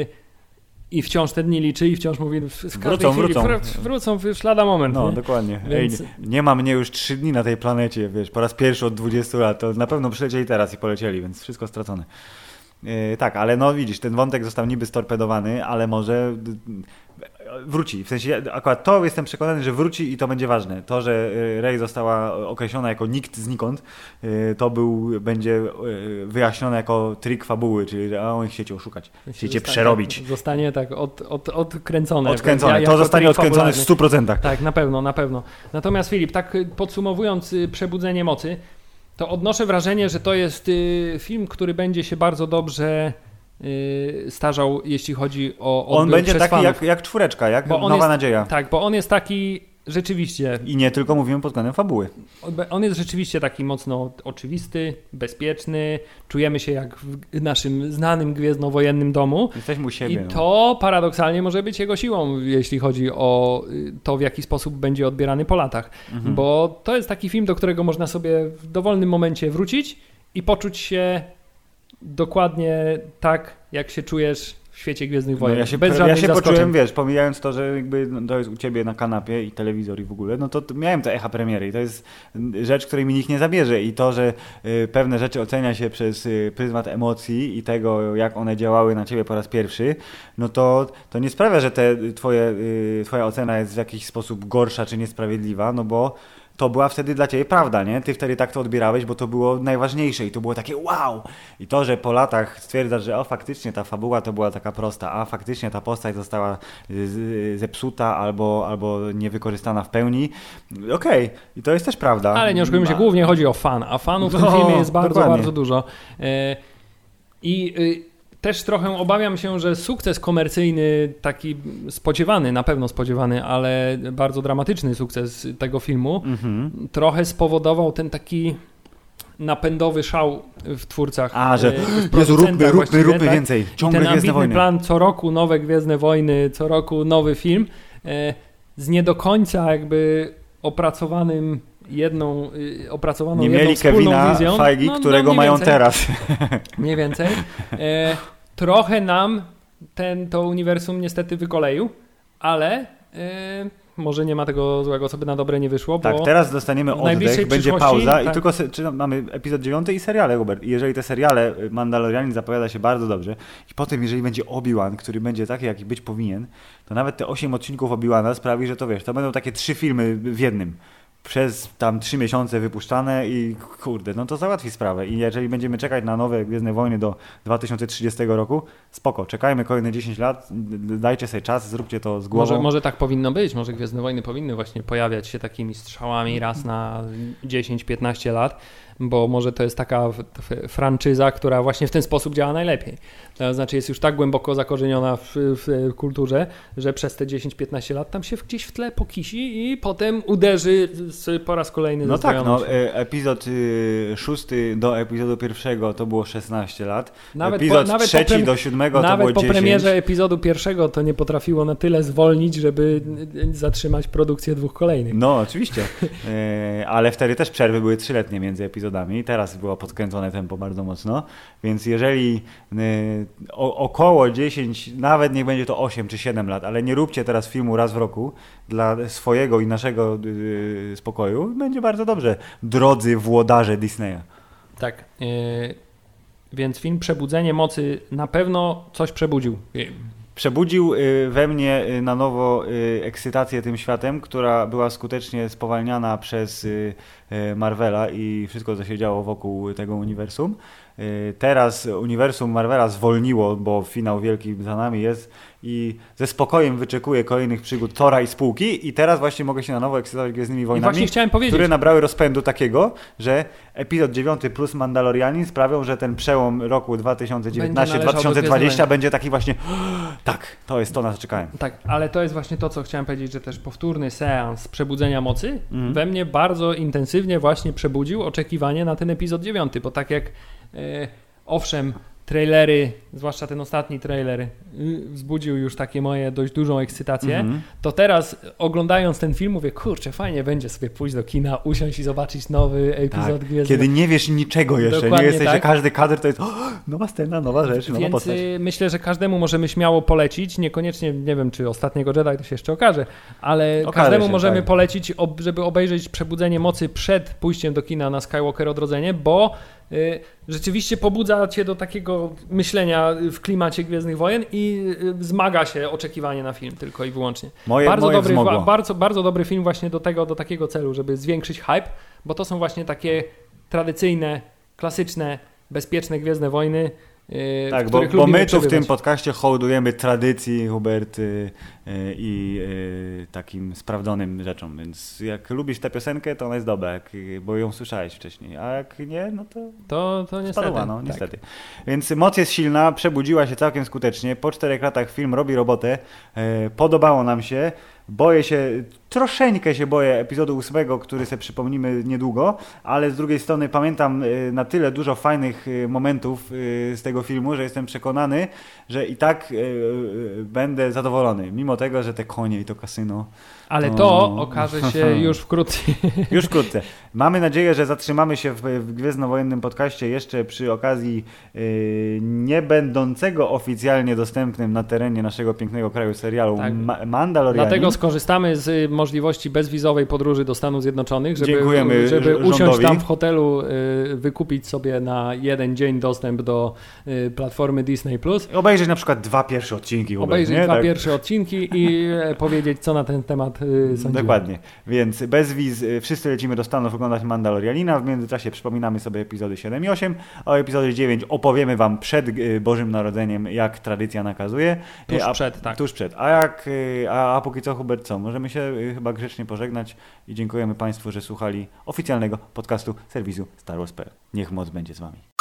I wciąż te dni liczy i wciąż mówi wrócą w lada moment. No, nie? Dokładnie. Więc... nie ma mnie już 3 dni na tej planecie, wiesz, po raz pierwszy od 20 lat, to na pewno przylecieli teraz i polecieli, więc wszystko stracone. Tak, ale no widzisz, ten wątek został niby storpedowany, ale może wróci. W sensie akurat to jestem przekonany, że wróci i to będzie ważne. To, że Rey została określona jako nikt znikąd, to będzie wyjaśnione jako trik fabuły, czyli że oni chcieli cię oszukać, chcieli cię przerobić. Zostanie tak odkręcone. To zostanie odkręcone w 100%. Tak, na pewno. Natomiast Filip, tak podsumowując Przebudzenie Mocy, to odnoszę wrażenie, że to jest film, który będzie się bardzo dobrze starzał, jeśli chodzi o odbiór. On będzie taki fanów. jak czwóreczka, jak Nowa Nadzieja. Tak, bo on jest taki rzeczywiście... I nie tylko mówimy pod względem fabuły. On jest rzeczywiście taki mocno oczywisty, bezpieczny, czujemy się jak w naszym znanym gwiezdnowojennym domu. Jesteśmy u siebie. I to paradoksalnie może być jego siłą, jeśli chodzi o to, w jaki sposób będzie odbierany po latach. Bo to jest taki film, do którego można sobie w dowolnym momencie wrócić i poczuć się dokładnie tak, jak się czujesz w świecie Gwiezdnych Wojen. Ja się poczułem, wiesz, pomijając to, że jakby to jest u ciebie na kanapie i telewizor i w ogóle, no to miałem te echa premiery i to jest rzecz, której mi nikt nie zabierze i to, że pewne rzeczy ocenia się przez pryzmat emocji i tego, jak one działały na ciebie po raz pierwszy, no to nie sprawia, że twoja ocena jest w jakiś sposób gorsza czy niesprawiedliwa, no bo to była wtedy dla ciebie prawda, nie? Ty wtedy tak to odbierałeś, bo to było najważniejsze i to było takie wow! I to, że po latach stwierdzasz, że faktycznie ta fabuła to była taka prosta, a faktycznie ta postać została zepsuta albo niewykorzystana w pełni, okej. I to jest też prawda. Ale nie oszukujmy się, głównie chodzi o fan, a fanów w tym filmie jest bardzo dużo. Też trochę obawiam się, że sukces komercyjny, taki na pewno spodziewany, ale bardzo dramatyczny sukces tego filmu, trochę spowodował ten taki napędowy szał w twórcach. Że róbmy więcej, ciągle Gwiezdne Wojny. Plan, co roku nowe Gwiezdne Wojny, co roku nowy film, z nie do końca jakby opracowaną jedną mieli Kevina wizją. Feige, którego mają teraz. Mniej więcej. Trochę nam to uniwersum niestety wykoleił, ale może nie ma tego złego, co by na dobre nie wyszło, Tak, bo teraz dostaniemy oddech, będzie pauza tak. i tylko mamy epizod 9 i seriale, Hubert. I jeżeli te seriale, Mandalorianin zapowiada się bardzo dobrze i potem jeżeli będzie Obi-Wan, który będzie taki, jaki być powinien, to nawet te 8 odcinków Obi-Wana sprawi, że to wiesz, to będą takie 3 filmy w jednym. Przez tam 3 miesiące wypuszczane i kurde, no to załatwi sprawę. I jeżeli będziemy czekać na nowe Gwiezdne Wojny do 2030 roku, spoko, czekajmy kolejne 10 lat, dajcie sobie czas, zróbcie to z głową. Może tak powinno być, może Gwiezdne Wojny powinny właśnie pojawiać się takimi strzałami raz na 10-15 lat, bo może to jest taka franczyza, która właśnie w ten sposób działa najlepiej. To znaczy jest już tak głęboko zakorzeniona w kulturze, że przez te 10-15 lat tam się gdzieś w tle pokisi i potem uderzy po raz kolejny. No tak, epizod 6 do epizodu 1 to było 16 lat, epizod 3 do 7 to było 10. Nawet po premierze epizodu 1 to nie potrafiło na tyle zwolnić, żeby zatrzymać produkcję 2 kolejnych. No oczywiście, ale wtedy też przerwy były 3-letnie między epizodami. Teraz było podkręcone tempo bardzo mocno, więc jeżeli około 10, nawet niech będzie to 8 czy 7 lat, ale nie róbcie teraz filmu raz w roku dla swojego i naszego spokoju, będzie bardzo dobrze, drodzy włodarze Disneya. Tak, więc film Przebudzenie Mocy na pewno coś przebudził. Przebudził we mnie na nowo ekscytację tym światem, która była skutecznie spowalniana przez Marvela i wszystko, co się działo wokół tego uniwersum. Teraz uniwersum Marvela zwolniło, bo finał wielki za nami jest i ze spokojem wyczekuję kolejnych przygód Thora i spółki i teraz właśnie mogę się na nowo ekscytować Gwiezdnymi Wojnami, które nabrały rozpędu takiego, że epizod 9 plus Mandalorianin sprawią, że ten przełom roku 2019-2020 będzie taki właśnie tak, to jest to, na co czekałem. Tak, ale to jest właśnie to, co chciałem powiedzieć, że też powtórny seans Przebudzenia Mocy we mnie bardzo intensywnie właśnie przebudził oczekiwanie na ten epizod 9, bo tak jak owszem, trailery, zwłaszcza ten ostatni trailer wzbudził już takie moje dość dużą ekscytację, to teraz oglądając ten film mówię, kurczę, fajnie będzie sobie pójść do kina, usiąść i zobaczyć nowy epizod Gwiezdnych. Kiedy nie wiesz niczego jeszcze, dokładnie nie jesteś, tak. Że każdy kadr to jest nowa scena, nowa rzecz, nowa postać. Więc myślę, że każdemu możemy śmiało polecić, niekoniecznie, nie wiem, czy Ostatniego Jedi to się jeszcze okaże, ale każdemu możemy polecić, żeby obejrzeć Przebudzenie Mocy przed pójściem do kina na Skywalker Odrodzenie, bo rzeczywiście pobudza cię do takiego myślenia w klimacie Gwiezdnych Wojen i wzmaga się oczekiwanie na film tylko i wyłącznie. Bardzo dobry film właśnie do takiego celu, żeby zwiększyć hype, bo to są właśnie takie tradycyjne, klasyczne, bezpieczne Gwiezdne Wojny. Tak, bo my tu w tym podcaście hołdujemy tradycji, Hubert, i takim sprawdzonym rzeczom, więc jak lubisz tę piosenkę, to ona jest dobra, bo ją słyszałeś wcześniej, a jak nie, no to niestety. Spadła, no, niestety. Tak. Więc moc jest silna, przebudziła się całkiem skutecznie, po 4 latach film robi robotę, podobało nam się. Troszeczkę się boję epizodu 8, który sobie przypomnimy niedługo, ale z drugiej strony pamiętam na tyle dużo fajnych momentów z tego filmu, że jestem przekonany, że i tak będę zadowolony, mimo tego, że te konie i to kasyno... Ale to okaże się już wkrótce. Już wkrótce. Mamy nadzieję, że zatrzymamy się w Gwiezdnowojennym podcaście jeszcze przy okazji nie będącego oficjalnie dostępnym na terenie naszego pięknego kraju serialu tak. Mandalorianin. Dlatego skorzystamy z możliwości bezwizowej podróży do Stanów Zjednoczonych, żeby usiąść tam w hotelu, wykupić sobie na 1 dzień dostęp do platformy Disney+. Obejrzeć na przykład 2 pierwsze odcinki. Pierwsze odcinki i powiedzieć, co na ten temat sądzimy. Dokładnie. Więc bez wiz wszyscy lecimy do Stanów oglądać Mandalorianina. W międzyczasie przypominamy sobie epizody 7 i 8. O epizodzie 9 opowiemy wam przed Bożym Narodzeniem, jak tradycja nakazuje. Tuż przed. A póki co, Hubert, co? Możemy się chyba grzecznie pożegnać i dziękujemy Państwu, że słuchali oficjalnego podcastu serwisu Star Wars.pl. Niech moc będzie z wami.